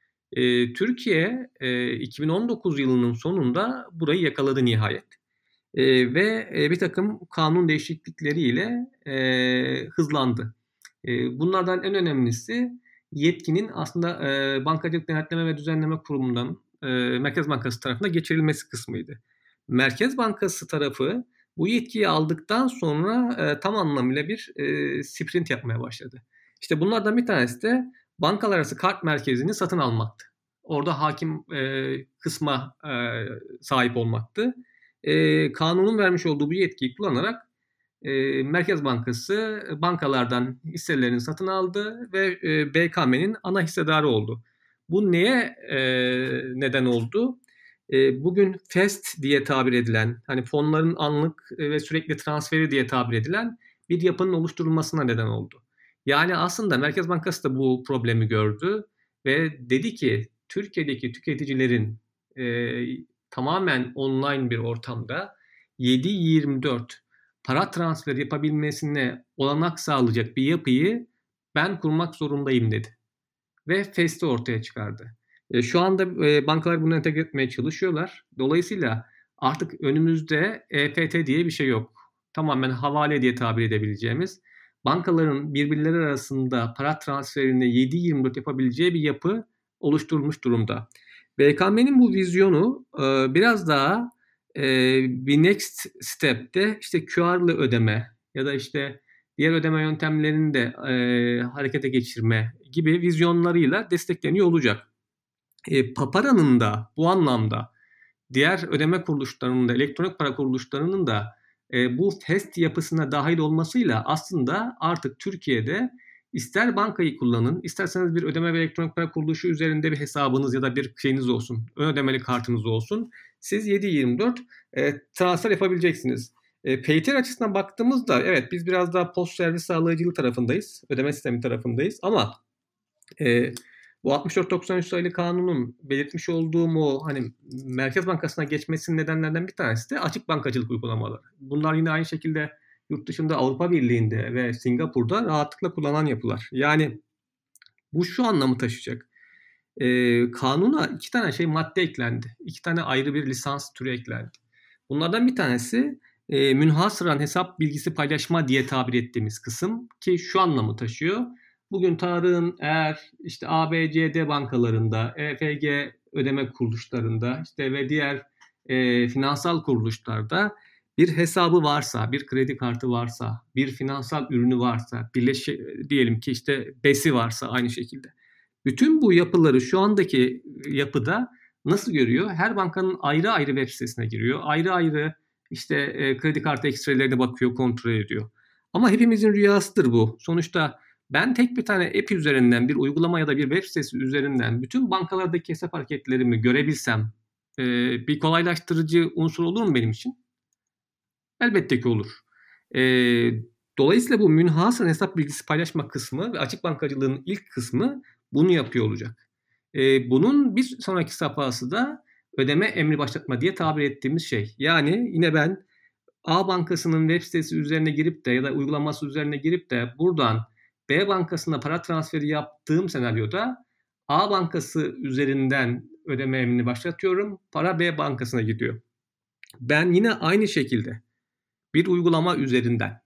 E, Türkiye e, iki bin on dokuz yılının sonunda burayı yakaladı nihayet. E, ve e, bir takım kanun değişiklikleriyle e, hızlandı. E, bunlardan en önemlisi yetkinin aslında e, Bankacılık Denetleme ve Düzenleme Kurumu'ndan e, Merkez Bankası tarafına geçirilmesi kısmıydı. Merkez Bankası tarafı bu yetkiyi aldıktan sonra e, tam anlamıyla bir e, sprint yapmaya başladı. İşte bunlardan bir tanesi de bankalar arası kart merkezini satın almaktı. Orada hakim e, kısma e, sahip olmaktı. E, kanunun vermiş olduğu bu yetkiyi kullanarak e, Merkez Bankası bankalardan hisselerini satın aldı ve e, B K M'nin ana hissedarı oldu. Bu neye e, neden oldu? E, bugün F E S T diye tabir edilen, hani fonların anlık ve sürekli transferi diye tabir edilen bir yapının oluşturulmasına neden oldu. Yani aslında Merkez Bankası da bu problemi gördü ve dedi ki Türkiye'deki tüketicilerin e, tamamen online bir ortamda yedi yirmi dört para transferi yapabilmesine olanak sağlayacak bir yapıyı ben kurmak zorundayım dedi. Ve F E S T'i ortaya çıkardı. E, şu anda e, bankalar bunu entegre etmeye çalışıyorlar. Dolayısıyla artık önümüzde E F T diye bir şey yok. Tamamen havale diye tabir edebileceğimiz, bankaların birbirleri arasında para transferini yedi yirmi dört yapabileceği bir yapı oluşturulmuş durumda. B K M'nin bu vizyonu e, biraz daha e, bir next step'te işte Q R'lı ödeme ya da işte diğer ödeme yöntemlerini de e, harekete geçirme gibi vizyonlarıyla destekleniyor olacak. E, Papara'nın da bu anlamda diğer ödeme kuruluşlarının da elektronik para kuruluşlarının da e, bu F E S T yapısına dahil olmasıyla aslında artık Türkiye'de ister bankayı kullanın, isterseniz bir ödeme ve elektronik para kuruluşu üzerinde bir hesabınız ya da bir şeyiniz olsun, ön ödemeli kartınız olsun. Siz yedi yirmi dört e, transfer yapabileceksiniz. E, Payter açısından baktığımızda evet biz biraz daha post servis sağlayıcılığı tarafındayız, ödeme sistemi tarafındayız ama e, bu altmış dört doksan üç sayılı kanunun belirtmiş olduğum o hani Merkez Bankası'na geçmesinin nedenlerden bir tanesi de açık bankacılık uygulamaları. Bunlar yine aynı şekilde yurt dışında Avrupa Birliği'nde ve Singapur'da rahatlıkla kullanan yapılar. Yani bu şu anlamı taşıyacak. Ee, kanuna iki tane şey madde eklendi. İki tane ayrı bir lisans türü eklendi. Bunlardan bir tanesi e, münhasıran hesap bilgisi paylaşma diye tabir ettiğimiz kısım ki şu anlamı taşıyor. Bugün Tarık'ın eğer işte A B C D bankalarında, E F G ödeme kuruluşlarında işte ve diğer e, finansal kuruluşlarda bir hesabı varsa, bir kredi kartı varsa, bir finansal ürünü varsa, birleşi, diyelim ki işte BES'i varsa aynı şekilde. Bütün bu yapıları şu andaki yapıda nasıl görüyor? Her bankanın ayrı ayrı web sitesine giriyor. Ayrı ayrı işte e, kredi kartı ekstrelerine bakıyor, kontrol ediyor. Ama hepimizin rüyasıdır bu. Sonuçta ben tek bir tane app üzerinden, bir uygulama ya da bir web sitesi üzerinden bütün bankalardaki hesap hareketlerimi görebilsem e, bir kolaylaştırıcı unsur olur mu benim için? Elbette ki olur. E, Dolayısıyla bu münhasır hesap bilgisi paylaşma kısmı ve açık bankacılığın ilk kısmı bunu yapıyor olacak. E, bunun bir sonraki safhası da ödeme emri başlatma diye tabir ettiğimiz şey. Yani yine ben A bankasının web sitesi üzerine girip de ya da uygulaması üzerine girip de buradan B bankasına para transferi yaptığım senaryoda A bankası üzerinden ödeme emrini başlatıyorum. Para B bankasına gidiyor. Ben yine aynı şekilde bir uygulama üzerinden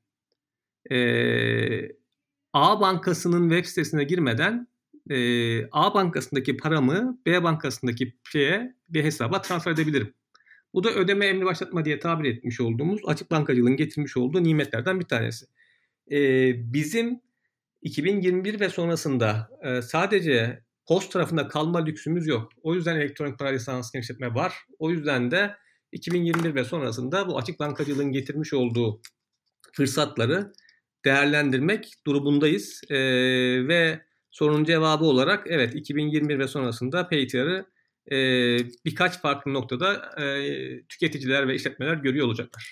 e, A bankasının web sitesine girmeden e, A bankasındaki paramı B bankasındaki şeye bir hesaba transfer edebilirim. Bu da ödeme emri başlatma diye tabir etmiş olduğumuz açık bankacılığın getirmiş olduğu nimetlerden bir tanesi. Ee, bizim iki bin yirmi bir ve sonrasında e, sadece post tarafında kalma lüksümüz yok. O yüzden elektronik para lisans genişletme var. O yüzden de iki bin yirmi bir ve sonrasında bu açık bankacılığın getirmiş olduğu fırsatları değerlendirmek durumundayız. Ee, ve sorunun cevabı olarak evet iki bin yirmi bir ve sonrasında Paytr'ı e, birkaç farklı noktada e, tüketiciler ve işletmeler görüyor olacaklar.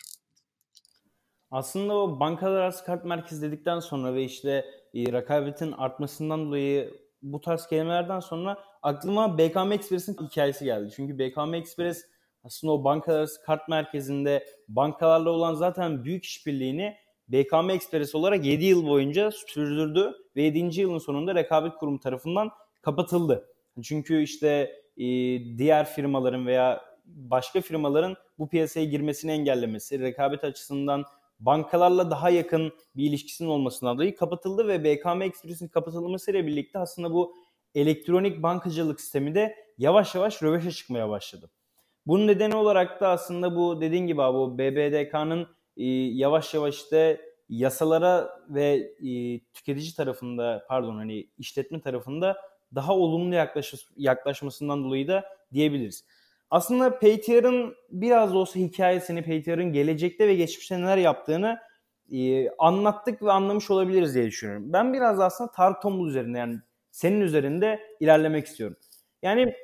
Aslında o bankalar arası kart merkezi dedikten sonra ve işte e, rekabetin artmasından dolayı bu tarz kelimelerden sonra aklıma B K M Express'in hikayesi geldi. Çünkü B K M Express aslında o bankalar arası kart merkezinde bankalarla olan zaten büyük işbirliğini B K M Express olarak yedi yıl boyunca sürdürdü ve yedinci yılın sonunda Rekabet Kurumu tarafından kapatıldı. Çünkü işte e, diğer firmaların veya başka firmaların bu piyasaya girmesini engellemesi, rekabet açısından bankalarla daha yakın bir ilişkisinin olmasından dolayı kapatıldı ve B K M Express'in kapatılmasıyla birlikte aslında bu elektronik bankacılık sistemi de yavaş yavaş röveşe çıkmaya başladı. Bunun nedeni olarak da aslında bu dediğin gibi abi o B B D K'nın e, yavaş yavaş işte yasalara ve e, tüketici tarafında pardon hani işletme tarafında daha olumlu yaklaş, yaklaşmasından dolayı da diyebiliriz. Aslında Paytr'ın biraz da olsa hikayesini, Paytr'ın gelecekte ve geçmişte neler yaptığını e, anlattık ve anlamış olabiliriz diye düşünüyorum. Ben biraz da aslında Tarık Tombul üzerinde yani senin üzerinde ilerlemek istiyorum. Yani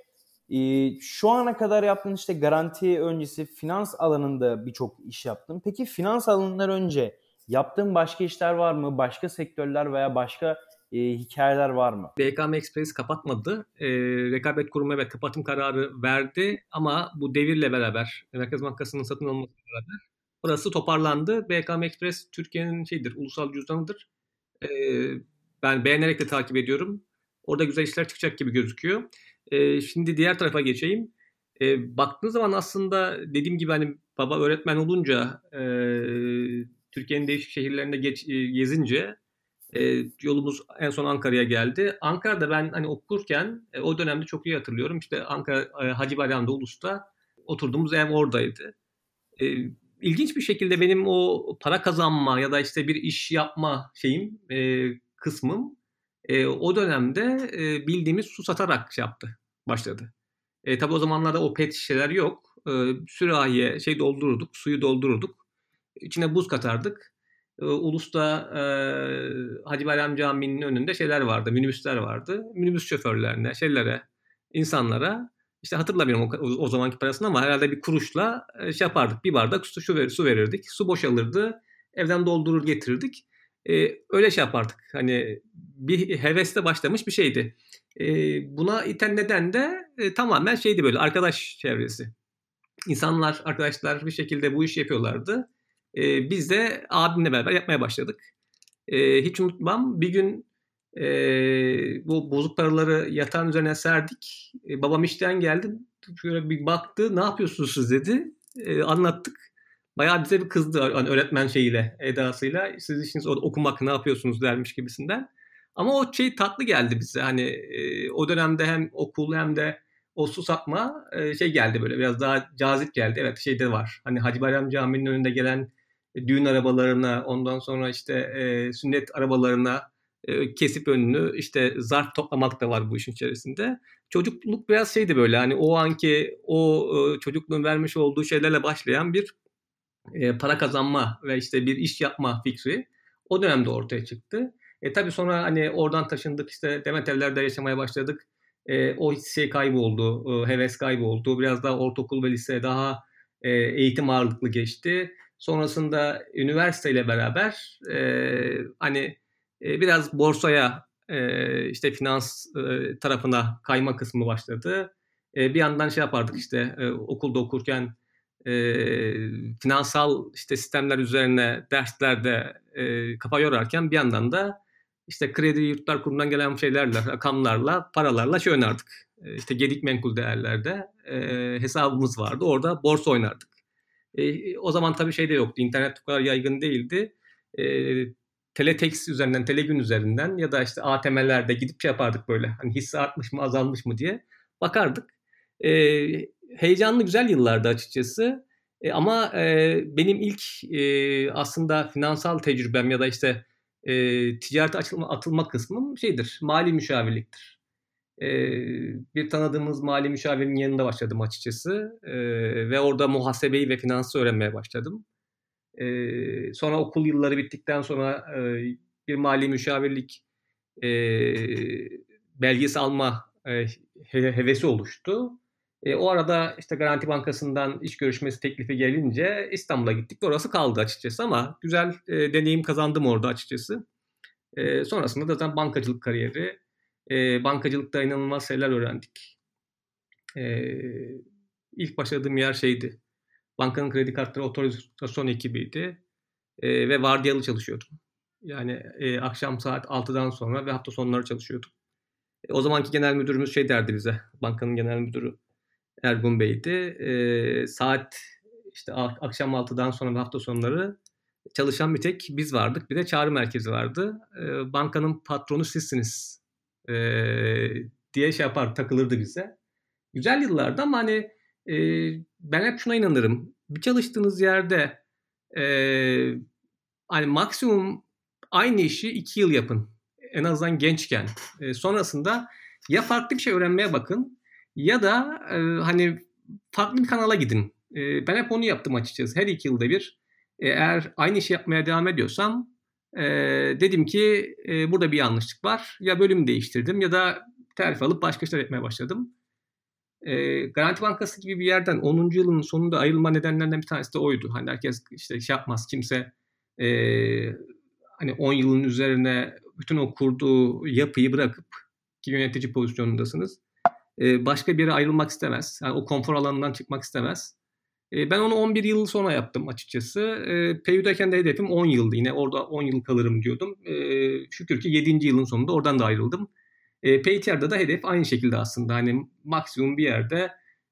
e, şu ana kadar yaptığın işte garanti öncesi finans alanında birçok iş yaptın. Peki finans alanından önce yaptığın başka işler var mı? Başka sektörler veya başka e, hikayeler var mı? B K M Express kapatmadı. E, Rekabet Kurumu evet kapatım kararı verdi ama bu devirle beraber Merkez Bankası'nın satın alınmasıyla beraber orası toparlandı. B K M Express Türkiye'nin şeydir, ulusal cüzdanıdır. E, ben beğenerek de takip ediyorum. Orada güzel işler çıkacak gibi gözüküyor. E, şimdi diğer tarafa geçeyim. E, baktığınız zaman aslında dediğim gibi hani baba öğretmen olunca e, Türkiye'nin değişik şehirlerinde geç, e, gezince e, yolumuz en son Ankara'ya geldi. Ankara'da ben hani okurken e, o dönemde çok iyi hatırlıyorum. İşte Ankara e, Hacı Bayram'da Ulus'ta oturduğumuz ev oradaydı. E, ilginç bir şekilde benim o para kazanma ya da işte bir iş yapma şeyim e, kısmım e, o dönemde e, bildiğimiz su satarak şey yaptı, başladı. E, tabii o zamanlarda o pet şişeler yok. E, sürahiye şey doldururduk, suyu doldururduk. İçine buz katardık. E, Ulus'ta e, Hacı Bayram Camii'nin önünde şeyler vardı, minibüsler vardı. Minibüs şoförlerine, şeylere, insanlara işte hatırlamıyorum o, o zamanki parasını ama herhalde bir kuruşla e, şey yapardık. Bir bardak su, su, su verirdik. Su boşalırdı. Evden doldurur getirirdik. E, öyle şey yapardık. Hani bir hevesle başlamış bir şeydi. E, buna iten neden de e, tamamen şeydi böyle arkadaş çevresi. İnsanlar, arkadaşlar bir şekilde bu işi yapıyorlardı. E, biz de abimle beraber yapmaya başladık. E, hiç unutmam bir gün e, bu bozuk paraları yatağın üzerine serdik. E, babam işten geldi. Şöyle bir baktı. Ne yapıyorsunuz siz dedi. E, anlattık. Bayağı bize bir kızdı hani öğretmen şeyiyle, edasıyla. Siz işiniz okumak ne yapıyorsunuz dermiş gibisinden. Ama o şey tatlı geldi bize. Hani e, o dönemde hem okul hem de o su satma e, şey geldi böyle biraz daha cazip geldi. Evet şeyde var. Hani Hacı Bayram Camii'nin önünde gelen e, düğün arabalarına, ondan sonra işte e, sünnet arabalarına e, kesip önünü işte zarf toplamak da var bu işin içerisinde. Çocukluk biraz şeydi böyle hani o anki o e, çocukluğun vermiş olduğu şeylerle başlayan bir e, para kazanma ve işte bir iş yapma fikri o dönemde ortaya çıktı. E tabii sonra hani oradan taşındık işte Demetevler'de yaşamaya başladık. E, o şey kayboldu, e, heves kayboldu. Biraz daha ortaokul ve lise daha e, eğitim ağırlıklı geçti. Sonrasında üniversiteyle beraber e, hani e, biraz borsaya e, işte finans e, tarafına kayma kısmı başladı. E, bir yandan şey yapardık işte e, okulda okurken e, finansal işte sistemler üzerine derslerde e, kafa yorarken bir yandan da işte Kredi Yurtlar Kurumu'ndan gelen şeylerle, rakamlarla, paralarla şey oynardık. E, işte Gedik Menkul Değerler'de e, hesabımız vardı. Orada borsa oynardık. E, o zaman tabii şey de yoktu. İnternet bu kadar yaygın değildi. E, teletext üzerinden, telegün üzerinden ya da işte A T M'lerde gidip şey yapardık böyle. Hani hisse artmış mı, azalmış mı diye bakardık. E, heyecanlı, güzel yıllardı açıkçası. E, ama e, benim ilk e, aslında finansal tecrübem ya da işte e, ticarete açılma, atılma kısmım şeydir, mali müşavirliktir. E, bir tanıdığımız mali müşavirin yanında başladım açıkçası. E, ve orada muhasebeyi ve finansı öğrenmeye başladım. E, sonra okul yılları bittikten sonra e, bir mali müşavirlik e, belgesi alma e, hevesi oluştu. E, o arada işte Garanti Bankası'ndan iş görüşmesi teklifi gelince İstanbul'a gittik. Orası kaldı açıkçası ama güzel e, deneyim kazandım orada açıkçası. E, sonrasında da zaten bankacılık kariyeri. E, bankacılıkta inanılmaz şeyler öğrendik. E, ilk başladığım yer şeydi. Bankanın kredi kartları otorizasyon ekibiydi. E, ve vardiyalı çalışıyordum. Yani e, akşam saat altıdan sonra ve hafta sonları çalışıyordum. E, o zamanki genel müdürümüz şey derdi bize. Bankanın genel müdürü Ergun Bey'di. E, saat işte akşam altıdan sonra ve hafta sonları çalışan bir tek biz vardık. Bir de çağrı merkezi vardı. E, bankanın patronu sizsiniz e, diye şey yapar, takılırdı bize. Güzel yıllardı ama hani e, ben hep şuna inanırım. Bir çalıştığınız yerde e, hani maksimum aynı işi iki yıl yapın. En azından gençken. E, sonrasında ya farklı bir şey öğrenmeye bakın ya da e, hani farklı bir kanala gidin. E, ben hep onu yaptım açıkçası. Her iki yılda bir. E, eğer aynı işi yapmaya devam ediyorsam e, dedim ki e, burada bir yanlışlık var. Ya bölüm değiştirdim ya da terfi alıp başka işler yapmaya başladım. E, Garanti Bankası gibi bir yerden onuncu yılın sonunda ayrılma nedenlerinden bir tanesi de oydu. Hani herkes işte şey yapmaz, kimse e, hani on yılın üzerine bütün o kurduğu yapıyı bırakıp ki yönetici pozisyonundasınız. E, başka bir yere ayrılmak istemez. Yani o konfor alanından çıkmak istemez. E, ben onu on bir yıl sonra yaptım açıkçası. E, P U'dayken de hedefim on yıldı. Yine orada on yıl kalırım diyordum. E, şükür ki yedinci yılın sonunda oradan da ayrıldım. E, P T R'da da hedef aynı şekilde aslında. Hani maksimum bir yerde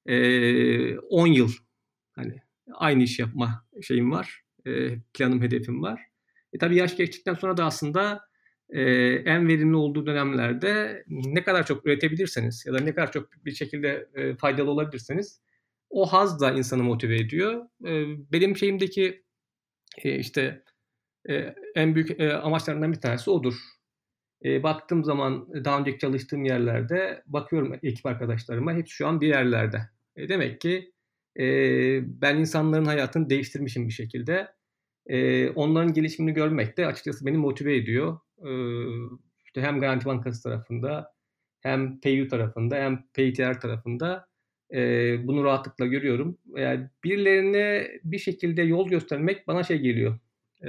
e, on yıl hani aynı iş yapma şeyim var. E, planım, hedefim var. E, tabii yaş geçtikten sonra da aslında e, en verimli olduğu dönemlerde ne kadar çok üretebilirseniz ya da ne kadar çok bir şekilde e, faydalı olabilirseniz o haz da insanı motive ediyor. E, benim şeyimdeki e, işte e, en büyük e, amaçlarından bir tanesi odur. E, baktığım zaman daha önceki çalıştığım yerlerde bakıyorum ekip arkadaşlarıma hepsi şu an bir yerlerde. E, demek ki e, ben insanların hayatını değiştirmişim bir şekilde. E, onların gelişimini görmek de açıkçası beni motive ediyor. E, işte hem Garanti Bankası tarafında hem P U tarafında hem P T R tarafında e, bunu rahatlıkla görüyorum. Yani birilerine bir şekilde yol göstermek bana şey geliyor. E,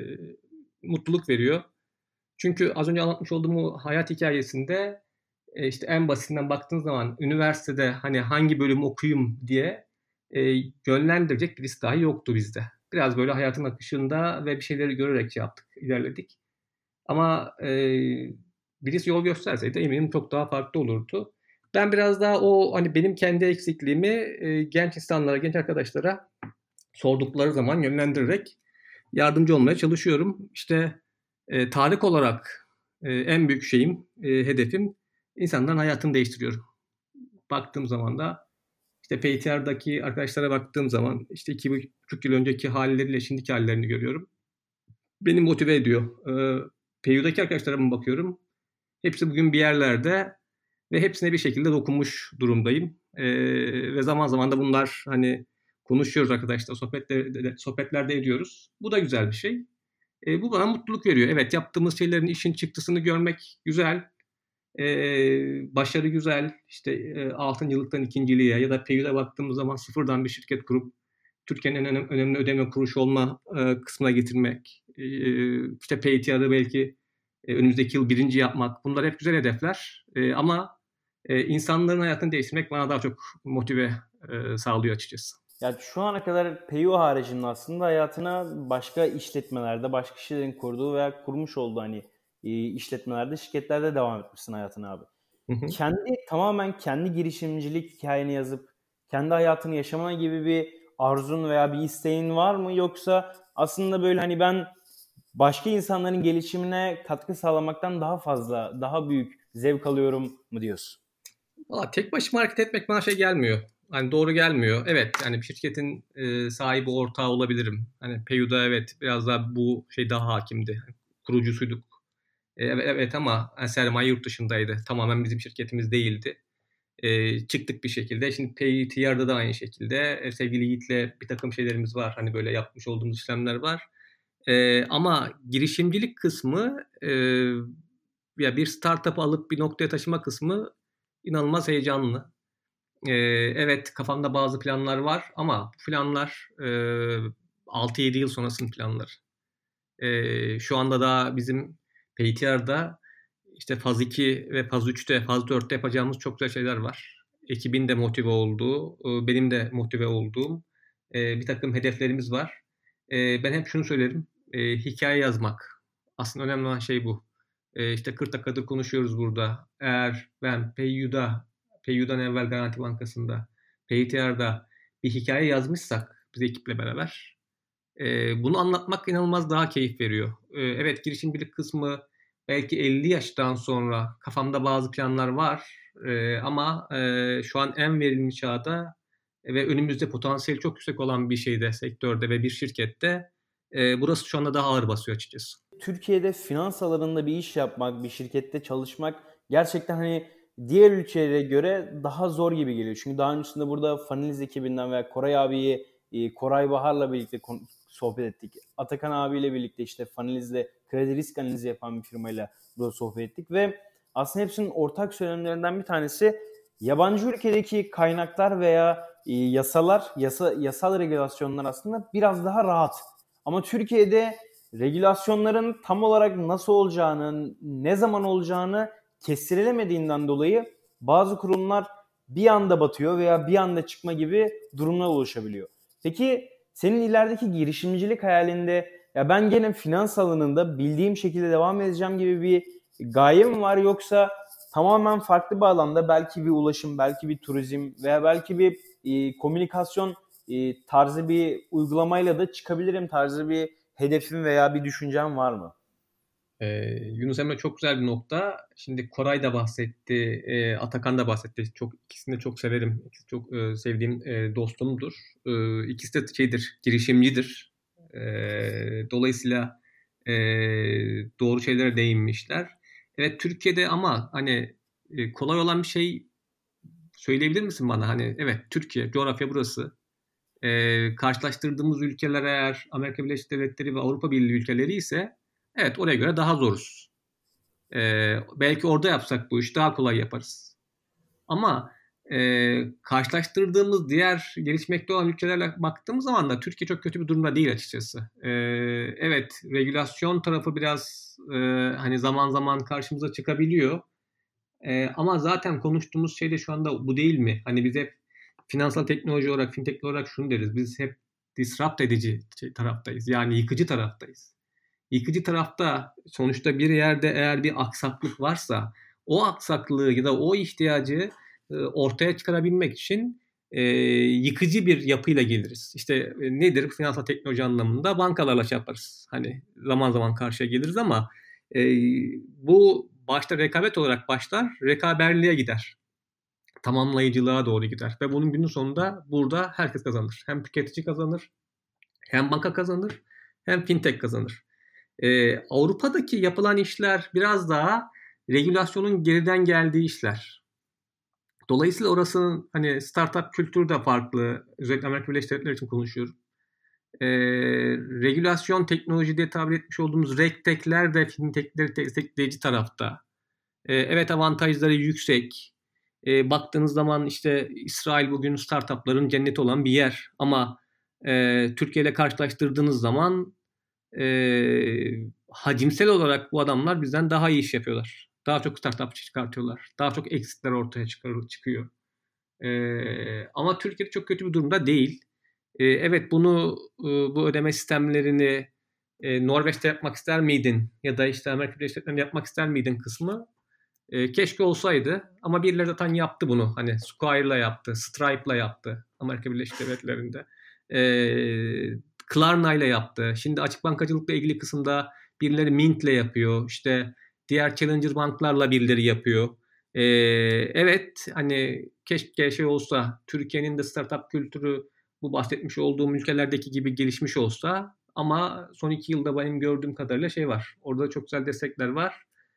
mutluluk veriyor. Çünkü az önce anlatmış olduğum o hayat hikayesinde e, işte en basitinden baktığın zaman üniversitede hani hangi bölüm okuyayım diye e, yönlendirecek birisi dahi yoktu bizde. Biraz böyle hayatın akışında ve bir şeyleri görerek şey yaptık, ilerledik. Ama e, birisi yol gösterseydi eminim çok daha farklı olurdu. Ben biraz daha o hani benim kendi eksikliğimi e, genç insanlara, genç arkadaşlara sordukları zaman yönlendirerek yardımcı olmaya çalışıyorum. İşte e, tarih olarak e, en büyük şeyim, e, hedefim insanların hayatını değiştiriyorum. Baktığım zaman da işte P T R'daki arkadaşlara baktığım zaman işte iki buçuk yıl önceki halleriyle şimdiki hallerini görüyorum. Beni motive ediyor. E, P U'daki arkadaşlarıma bakıyorum. Hepsi bugün bir yerlerde ve hepsine bir şekilde dokunmuş durumdayım. E, ve zaman zaman da bunlar hani konuşuyoruz arkadaşlar, sohbetlerde, sohbetlerde ediyoruz. Bu da güzel bir şey. E, bu bana mutluluk veriyor. Evet, yaptığımız şeylerin işin çıktısını görmek güzel. E, başarı güzel. İşte e, altıncılıktan ikinciliğe ya da P U'da baktığımız zaman sıfırdan bir şirket kurup Türkiye'nin en önem- önemli ödeme kuruluşu olma e, kısmına getirmek, e, işte P T R'ı belki e, önümüzdeki yıl birinci yapmak, bunlar hep güzel hedefler. E, ama e, insanların hayatını değiştirmek bana daha çok motive e, sağlıyor açıkçası. Yani şu ana kadar P U haricinde aslında hayatına başka işletmelerde, başka kişilerin kurduğu veya kurmuş olduğu hani e, işletmelerde, şirketlerde devam etmişsin hayatına abi. Hı hı. Kendi tamamen kendi girişimcilik hikayeni yazıp kendi hayatını yaşama gibi bir arzun veya bir isteğin var mı? Yoksa aslında böyle hani ben başka insanların gelişimine katkı sağlamaktan daha fazla, daha büyük zevk alıyorum mu diyorsun? Valla tek başıma hareket etmek bana şey gelmiyor. Hani doğru gelmiyor. Evet, yani bir şirketin e, sahibi, ortağı olabilirim. Hani Peyu'da evet biraz daha bu şey daha hakimdi. Kurucusuyduk. E, evet, evet ama yani sermaye yurt dışındaydı. Tamamen bizim şirketimiz değildi. E, çıktık bir şekilde. Şimdi P T R'da da aynı şekilde. E, sevgili Yiğit'le bir takım şeylerimiz var. Hani böyle yapmış olduğumuz işlemler var. E, ama girişimcilik kısmı e, ya bir startup alıp bir noktaya taşıma kısmı inanılmaz heyecanlı. Ee, evet, kafamda bazı planlar var ama bu planlar e, altı yedi yıl sonrasının planları. Ee, şu anda da bizim P T R'da işte faz iki ve faz üçte, faz dörtte yapacağımız çok güzel şeyler var. Ekibin de motive olduğu, e, benim de motive olduğum e, bir takım hedeflerimiz var. E, ben hep şunu söylerim, e, hikaye yazmak. Aslında önemli olan şey bu. E, işte kırk dakikadır konuşuyoruz burada. Eğer ben PayU'da, PayU'dan evvel Garanti Bankası'nda, P T R'da bir hikaye yazmışsak biz ekiple beraber, e, bunu anlatmak inanılmaz daha keyif veriyor. E, evet, girişimcilik kısmı belki elli yaştan sonra kafamda bazı planlar var. E, ama e, şu an en verimli çağda ve önümüzde potansiyeli çok yüksek olan bir şeyde, sektörde ve bir şirkette e, burası şu anda daha ağır basıyor açıkçası. Türkiye'de finans alanında bir iş yapmak, bir şirkette çalışmak gerçekten hani diğer ülkelere göre daha zor gibi geliyor. Çünkü daha öncesinde burada Faniliz ekibinden veya Koray abiyi, e, Koray Bahar'la birlikte kon- sohbet ettik. Atakan abiyle birlikte işte Faniliz'de kredi risk analizi yapan bir firmayla burada sohbet ettik ve aslında hepsinin ortak söylemlerinden bir tanesi yabancı ülkedeki kaynaklar veya e, yasalar, yasa, yasal regülasyonlar aslında biraz daha rahat. Ama Türkiye'de regülasyonların tam olarak nasıl olacağını, ne zaman olacağını kestirilemediğinden dolayı bazı kurumlar bir anda batıyor veya bir anda çıkma gibi durumlar oluşabiliyor. Peki senin ilerideki girişimcilik hayalinde ya ben gene finans alanında bildiğim şekilde devam edeceğim gibi bir gaye mi var, yoksa tamamen farklı bir alanda belki bir ulaşım, belki bir turizm veya belki bir e, komünikasyon e, tarzı bir uygulamayla da çıkabilirim tarzı bir hedefin veya bir düşüncen var mı? Ee, Yunus Emre çok güzel bir nokta. Şimdi Koray da bahsetti, e, Atakan da bahsetti. Çok ikisini de çok severim. İkisi çok e, sevdiğim e, dostumdur. E, ikisi de şeydir, girişimcidir. E, dolayısıyla e, doğru şeylere değinmişler. Evet, Türkiye'de ama hani e, kolay olan bir şey söyleyebilir misin bana? Hani evet, Türkiye, coğrafya burası. E, karşılaştırdığımız ülkeler eğer Amerika Birleşik Devletleri ve Avrupa Birliği ülkeleri ise evet, oraya göre daha zoruz. Ee, belki orada yapsak bu işi daha kolay yaparız. Ama e, karşılaştırdığımız diğer gelişmekte olan ülkelerle baktığımız zaman da Türkiye çok kötü bir durumda değil açıkçası. Ee, evet, regülasyon tarafı biraz e, hani zaman zaman karşımıza çıkabiliyor. E, ama zaten konuştuğumuz şey de şu anda bu değil mi? Hani biz hep finansal teknoloji olarak, fintech olarak şunu deriz. Biz hep disrupt edici şey, taraftayız. Yani yıkıcı taraftayız. Yıkıcı tarafta sonuçta bir yerde eğer bir aksaklık varsa o aksaklığı ya da o ihtiyacı e, ortaya çıkarabilmek için e, yıkıcı bir yapıyla geliriz. İşte e, nedir finansal teknoloji anlamında? Bankalarla şey yaparız. Hani zaman zaman karşıya geliriz ama e, bu başta rekabet olarak başlar, rekaberliğe gider. Tamamlayıcılığa doğru gider. Ve bunun günün sonunda burada herkes kazanır. Hem tüketici kazanır, hem banka kazanır, hem fintech kazanır. Ee, Avrupa'daki yapılan işler biraz daha regülasyonun geriden geldiği işler. Dolayısıyla orasının hani startup kültürü de farklı. Özellikle Amerika Birleşik Devletleri için konuşuyorum. Ee, regülasyon teknoloji diye tabir etmiş olduğumuz regtech'ler de fintech'leri destekleyici tarafta. Ee, evet, avantajları yüksek. Ee, baktığınız zaman işte İsrail bugün startupların cenneti olan bir yer. Ama e, Türkiye ile karşılaştırdığınız zaman e, hacimsel olarak bu adamlar bizden daha iyi iş yapıyorlar. Daha çok startup çıkartıyorlar. Daha çok exitler ortaya çıkar, çıkıyor. E, ama Türkiye çok kötü bir durumda değil. E, evet bunu e, bu ödeme sistemlerini e, Norveç'te yapmak ister miydin? Ya da işte Amerika Birleşik Devletleri'nde yapmak ister miydin kısmı? E, keşke olsaydı ama birileri zaten yaptı bunu. Hani Squire'la yaptı, Stripe'la yaptı Amerika Birleşik Devletleri'nde. E, Klarna'yla yaptı. Şimdi açık bankacılıkla ilgili kısımda birileri Mint'le yapıyor. İşte diğer challenger banklarla birileri yapıyor. E, evet hani keşke şey olsa, Türkiye'nin de startup kültürü bu bahsetmiş olduğum ülkelerdeki gibi gelişmiş olsa, ama son iki yılda benim gördüğüm kadarıyla şey var. Orada çok güzel destekler var.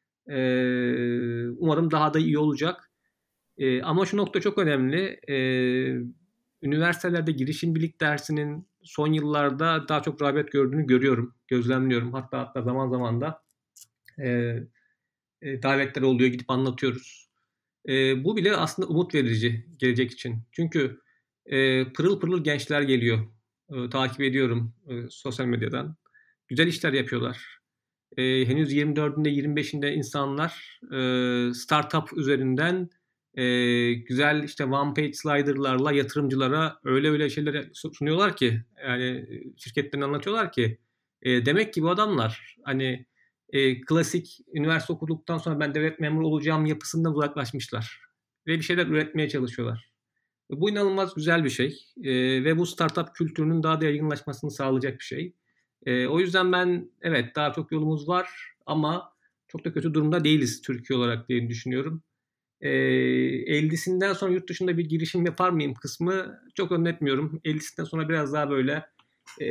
Ee, umarım daha da iyi olacak. Ee, ama şu nokta çok önemli. Ee, üniversitelerde girişimcilik dersinin son yıllarda daha çok rağbet gördüğünü görüyorum, gözlemliyorum. Hatta hatta zaman zaman da e, e, davetler oluyor, gidip anlatıyoruz. E, bu bile aslında umut verici gelecek için. Çünkü e, pırıl pırıl gençler geliyor. E, takip ediyorum e, sosyal medyadan. Güzel işler yapıyorlar. E, henüz yirmi dördünde yirmi beşinde insanlar e, startup üzerinden e, güzel işte one page slider'larla yatırımcılara öyle öyle şeyler sunuyorlar ki, yani şirketlerini anlatıyorlar ki e, demek ki bu adamlar hani e, klasik üniversite okuduktan sonra ben devlet memuru olacağım yapısından uzaklaşmışlar ve bir şeyler üretmeye çalışıyorlar. Bu inanılmaz güzel bir şey e, ve bu startup kültürünün daha da yaygınlaşmasını sağlayacak bir şey. E, o yüzden ben evet daha çok yolumuz var ama çok da kötü durumda değiliz Türkiye olarak diye düşünüyorum. E, ellisinden sonra yurt dışında bir girişim yapar mıyım kısmı çok zannetmiyorum. ellisinden sonra biraz daha böyle e,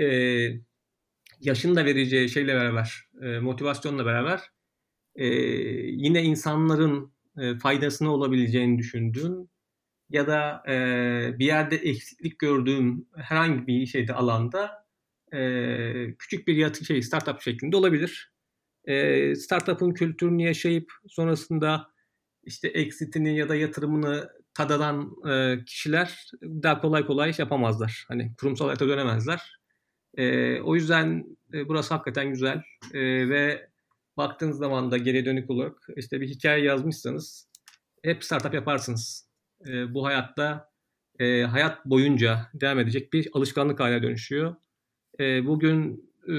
yaşın da vereceği şeyle beraber, e, motivasyonla beraber e, yine insanların e, faydasına olabileceğini düşündüğüm ya da e, bir yerde eksiklik gördüğüm herhangi bir şeyde alanda e, küçük bir yatı şey startup şeklinde olabilir. E, startup'ın kültürünü yaşayıp sonrasında işte exit'ini ya da yatırımını tadadan e, kişiler daha kolay kolay iş yapamazlar. Hani kurumsal hayata dönemezler. E, o yüzden e, burası hakikaten güzel e, ve baktığınız zaman da geriye dönük olarak işte bir hikaye yazmışsanız hep startup yaparsınız. E, bu hayatta e, hayat boyunca devam edecek bir alışkanlık haline dönüşüyor. E, bugün e,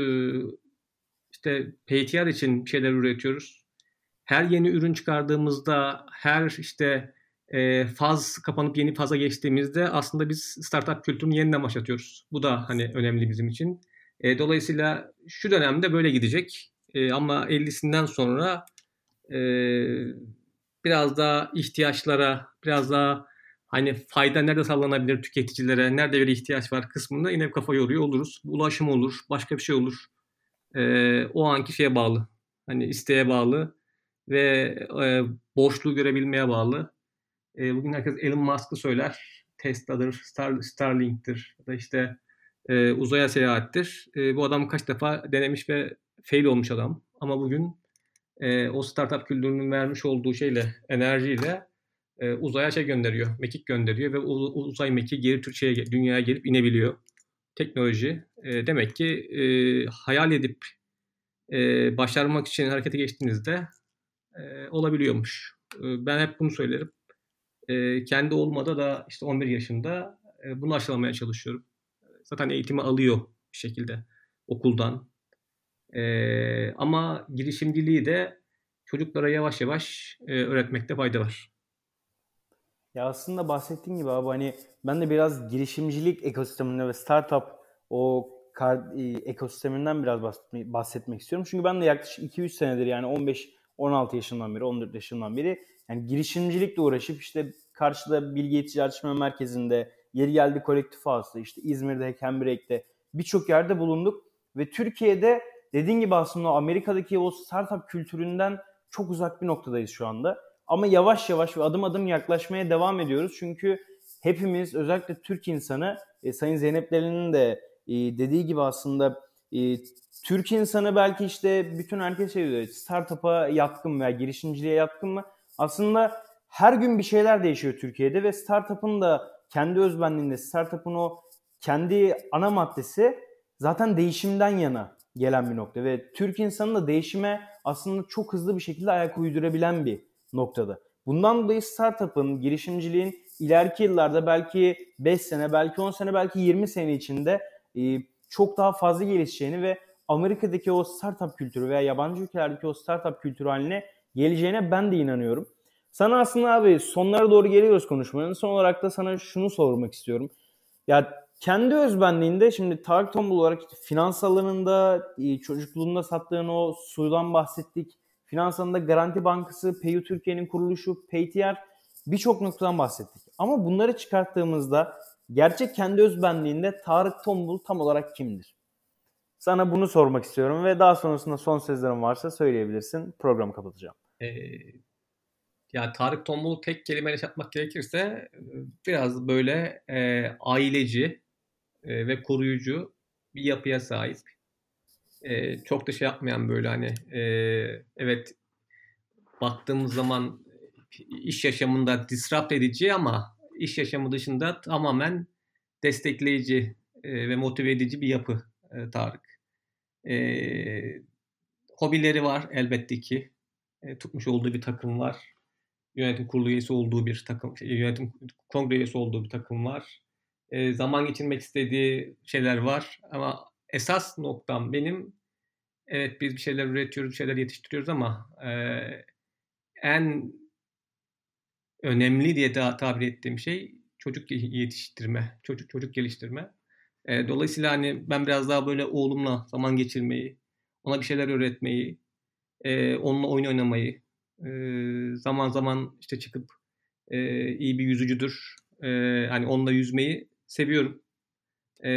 işte P T R için bir şeyler üretiyoruz. Her yeni ürün çıkardığımızda, her işte e, faz kapanıp yeni faza geçtiğimizde aslında biz startup kültürünü yeniden başlatıyoruz. Bu da hani önemli bizim için. E, dolayısıyla şu dönemde böyle gidecek. E, ama ellisinden sonra e, biraz daha ihtiyaçlara, biraz daha hani fayda nerede sağlanabilir tüketicilere, nerede bir ihtiyaç var kısmında yine kafa yoruyor oluruz. Ulaşım olur, başka bir şey olur. E, o anki şeye bağlı. Hani isteğe bağlı ve e, boşluğu görebilmeye bağlı. E, bugün herkes Elon Musk'ı söyler. Tesla'dır, Star, Starlink'tir ya da işte e, uzaya seyahattir. E, bu adam kaç defa denemiş ve fail olmuş adam. Ama bugün e, o startup kültürünün vermiş olduğu şeyle, enerjiyle e, uzaya şey gönderiyor, mekik gönderiyor ve u- uzay mekiği geri Türkiye'ye, dünyaya gelip inebiliyor. Teknoloji. E, demek ki e, hayal edip e, başarmak için harekete geçtiğinizde e, olabiliyormuş. E, ben hep bunu söylerim. E, kendi olmada da işte on bir yaşında e, bunu aşılamaya çalışıyorum. Zaten eğitimi alıyor bir şekilde okuldan. E, ama girişimciliği de çocuklara yavaş yavaş e, öğretmekte fayda var. Ya aslında bahsettiğin gibi abi hani ben de biraz girişimcilik ekosisteminde ve startup o kar, e, ekosisteminden biraz bahsetmek, bahsetmek istiyorum. Çünkü ben de yaklaşık iki üç senedir yani on beş on altı yaşından beri, on dört yaşından beri yani girişimcilikle uğraşıp işte karşıda Bilgi Eğitici Araştırma Merkezi'nde, yeri geldi Kolektif House'da, işte İzmir'de, Cambridge'de birçok yerde bulunduk ve Türkiye'de dediğin gibi aslında Amerika'daki o startup kültüründen çok uzak bir noktadayız şu anda. Ama yavaş yavaş ve adım adım yaklaşmaya devam ediyoruz. Çünkü hepimiz özellikle Türk insanı, e, Sayın Zeynep Deli'nin de e, dediği gibi aslında e, Türk insanı belki işte bütün herkes şey diyor, startup'a yatkın veya girişimciliğe yatkın mı? Aslında her gün bir şeyler değişiyor Türkiye'de ve startup'ın da kendi özbenliğinde, startup'ın o kendi ana maddesi zaten değişimden yana gelen bir nokta ve Türk insanı da değişime aslında çok hızlı bir şekilde ayak uydurabilen bir noktada. Bundan dolayı startup'ın, girişimciliğin ileriki yıllarda belki beş sene, belki on sene, belki yirmi sene içinde e, çok daha fazla gelişeceğini ve Amerika'daki o startup kültürü veya yabancı ülkelerdeki o startup kültürü haline geleceğine ben de inanıyorum. Sana aslında abi sonlara doğru geliyoruz konuşmanın. Son olarak da sana şunu sormak istiyorum. Ya kendi özbenliğinde şimdi Tarık Tombul olarak işte finans alanında, çocukluğunda sattığın o suydan bahsettik. Finans alanında Garanti Bankası, PayU Türkiye'nin kuruluşu, Paytr, birçok noktadan bahsettik. Ama bunları çıkarttığımızda gerçek kendi özbenliğinde Tarık Tombul tam olarak kimdir? Sana bunu sormak istiyorum ve daha sonrasında son sözlerin varsa söyleyebilirsin. Programı kapatacağım. Ee, ya Tarık Tombul'u tek kelimeyle yapmak gerekirse biraz böyle e, aileci e, ve koruyucu bir yapıya sahip. E, çok da şey yapmayan böyle hani e, evet baktığımız zaman iş yaşamında disrupt edici ama iş yaşamı dışında tamamen destekleyici e, ve motive edici bir yapı e, Tarık. E, hobileri var elbette ki. E, tutmuş olduğu bir takım var. Yönetim kurulu üyesi olduğu bir takım, yönetim kongre üyesi olduğu bir takım var. E, zaman geçirmek istediği şeyler var ama esas noktam benim, evet biz bir şeyler üretiyoruz, bir şeyler yetiştiriyoruz ama e, en önemli diye daha tabir ettiğim şey çocuk yetiştirme, çocuk çocuk geliştirme. E, dolayısıyla hani ben biraz daha böyle oğlumla zaman geçirmeyi, ona bir şeyler öğretmeyi, e, onunla oyun oynamayı, e, zaman zaman işte çıkıp e, iyi bir yüzücüdür, e, hani onunla yüzmeyi seviyorum. E,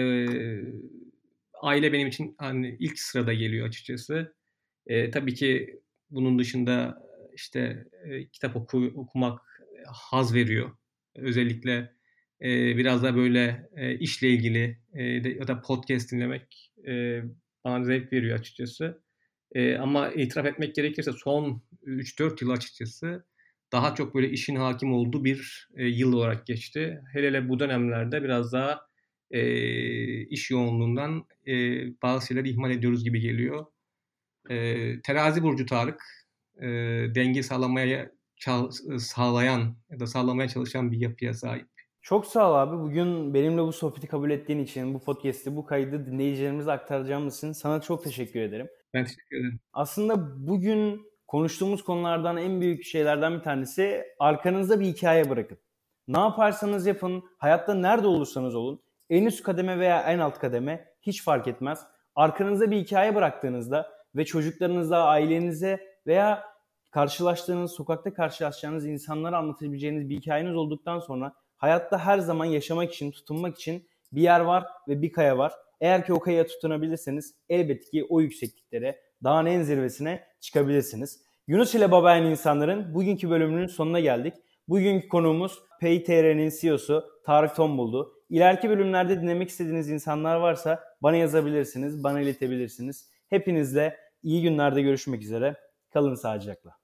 aile benim için hani ilk sırada geliyor açıkçası. E, tabii ki bunun dışında işte e, kitap oku, okumak haz veriyor. Özellikle e, biraz da böyle e, işle ilgili e, ya da podcast dinlemek e, bana zevk veriyor açıkçası. E, ama itiraf etmek gerekirse son üç dört yıl açıkçası daha çok böyle işin hakim olduğu bir e, yıl olarak geçti. Hele hele bu dönemlerde biraz daha e, iş yoğunluğundan e, bazı şeyleri ihmal ediyoruz gibi geliyor. E, terazi burcu Tarık, e, denge sağlamaya sağlayan ya da sağlamaya çalışan bir yapıya sahip. Çok sağ ol abi. Bugün benimle bu sohbeti kabul ettiğin için, bu podcast'i, bu kaydı dinleyicilerimize aktaracağımız için sana çok teşekkür ederim. Ben teşekkür ederim. Aslında bugün konuştuğumuz konulardan en büyük şeylerden bir tanesi arkanızda bir hikaye bırakın. Ne yaparsanız yapın, hayatta nerede olursanız olun, en üst kademe veya en alt kademe hiç fark etmez. Arkanızda bir hikaye bıraktığınızda ve çocuklarınıza, ailenize veya karşılaştığınız, sokakta karşılaşacağınız insanlara anlatabileceğiniz bir hikayeniz olduktan sonra hayatta her zaman yaşamak için, tutunmak için bir yer var ve bir kaya var. Eğer ki o kayaya tutunabilirseniz elbette ki o yüksekliklere, dağın en zirvesine çıkabilirsiniz. Yunus ile Babayan insanların bugünkü bölümünün sonuna geldik. Bugünkü konuğumuz Paytr'nin C E O'su Tarık Tombul'du. İleriki bölümlerde dinlemek istediğiniz insanlar varsa bana yazabilirsiniz, bana iletebilirsiniz. Hepinizle iyi günlerde görüşmek üzere. Kalın sağlıcakla.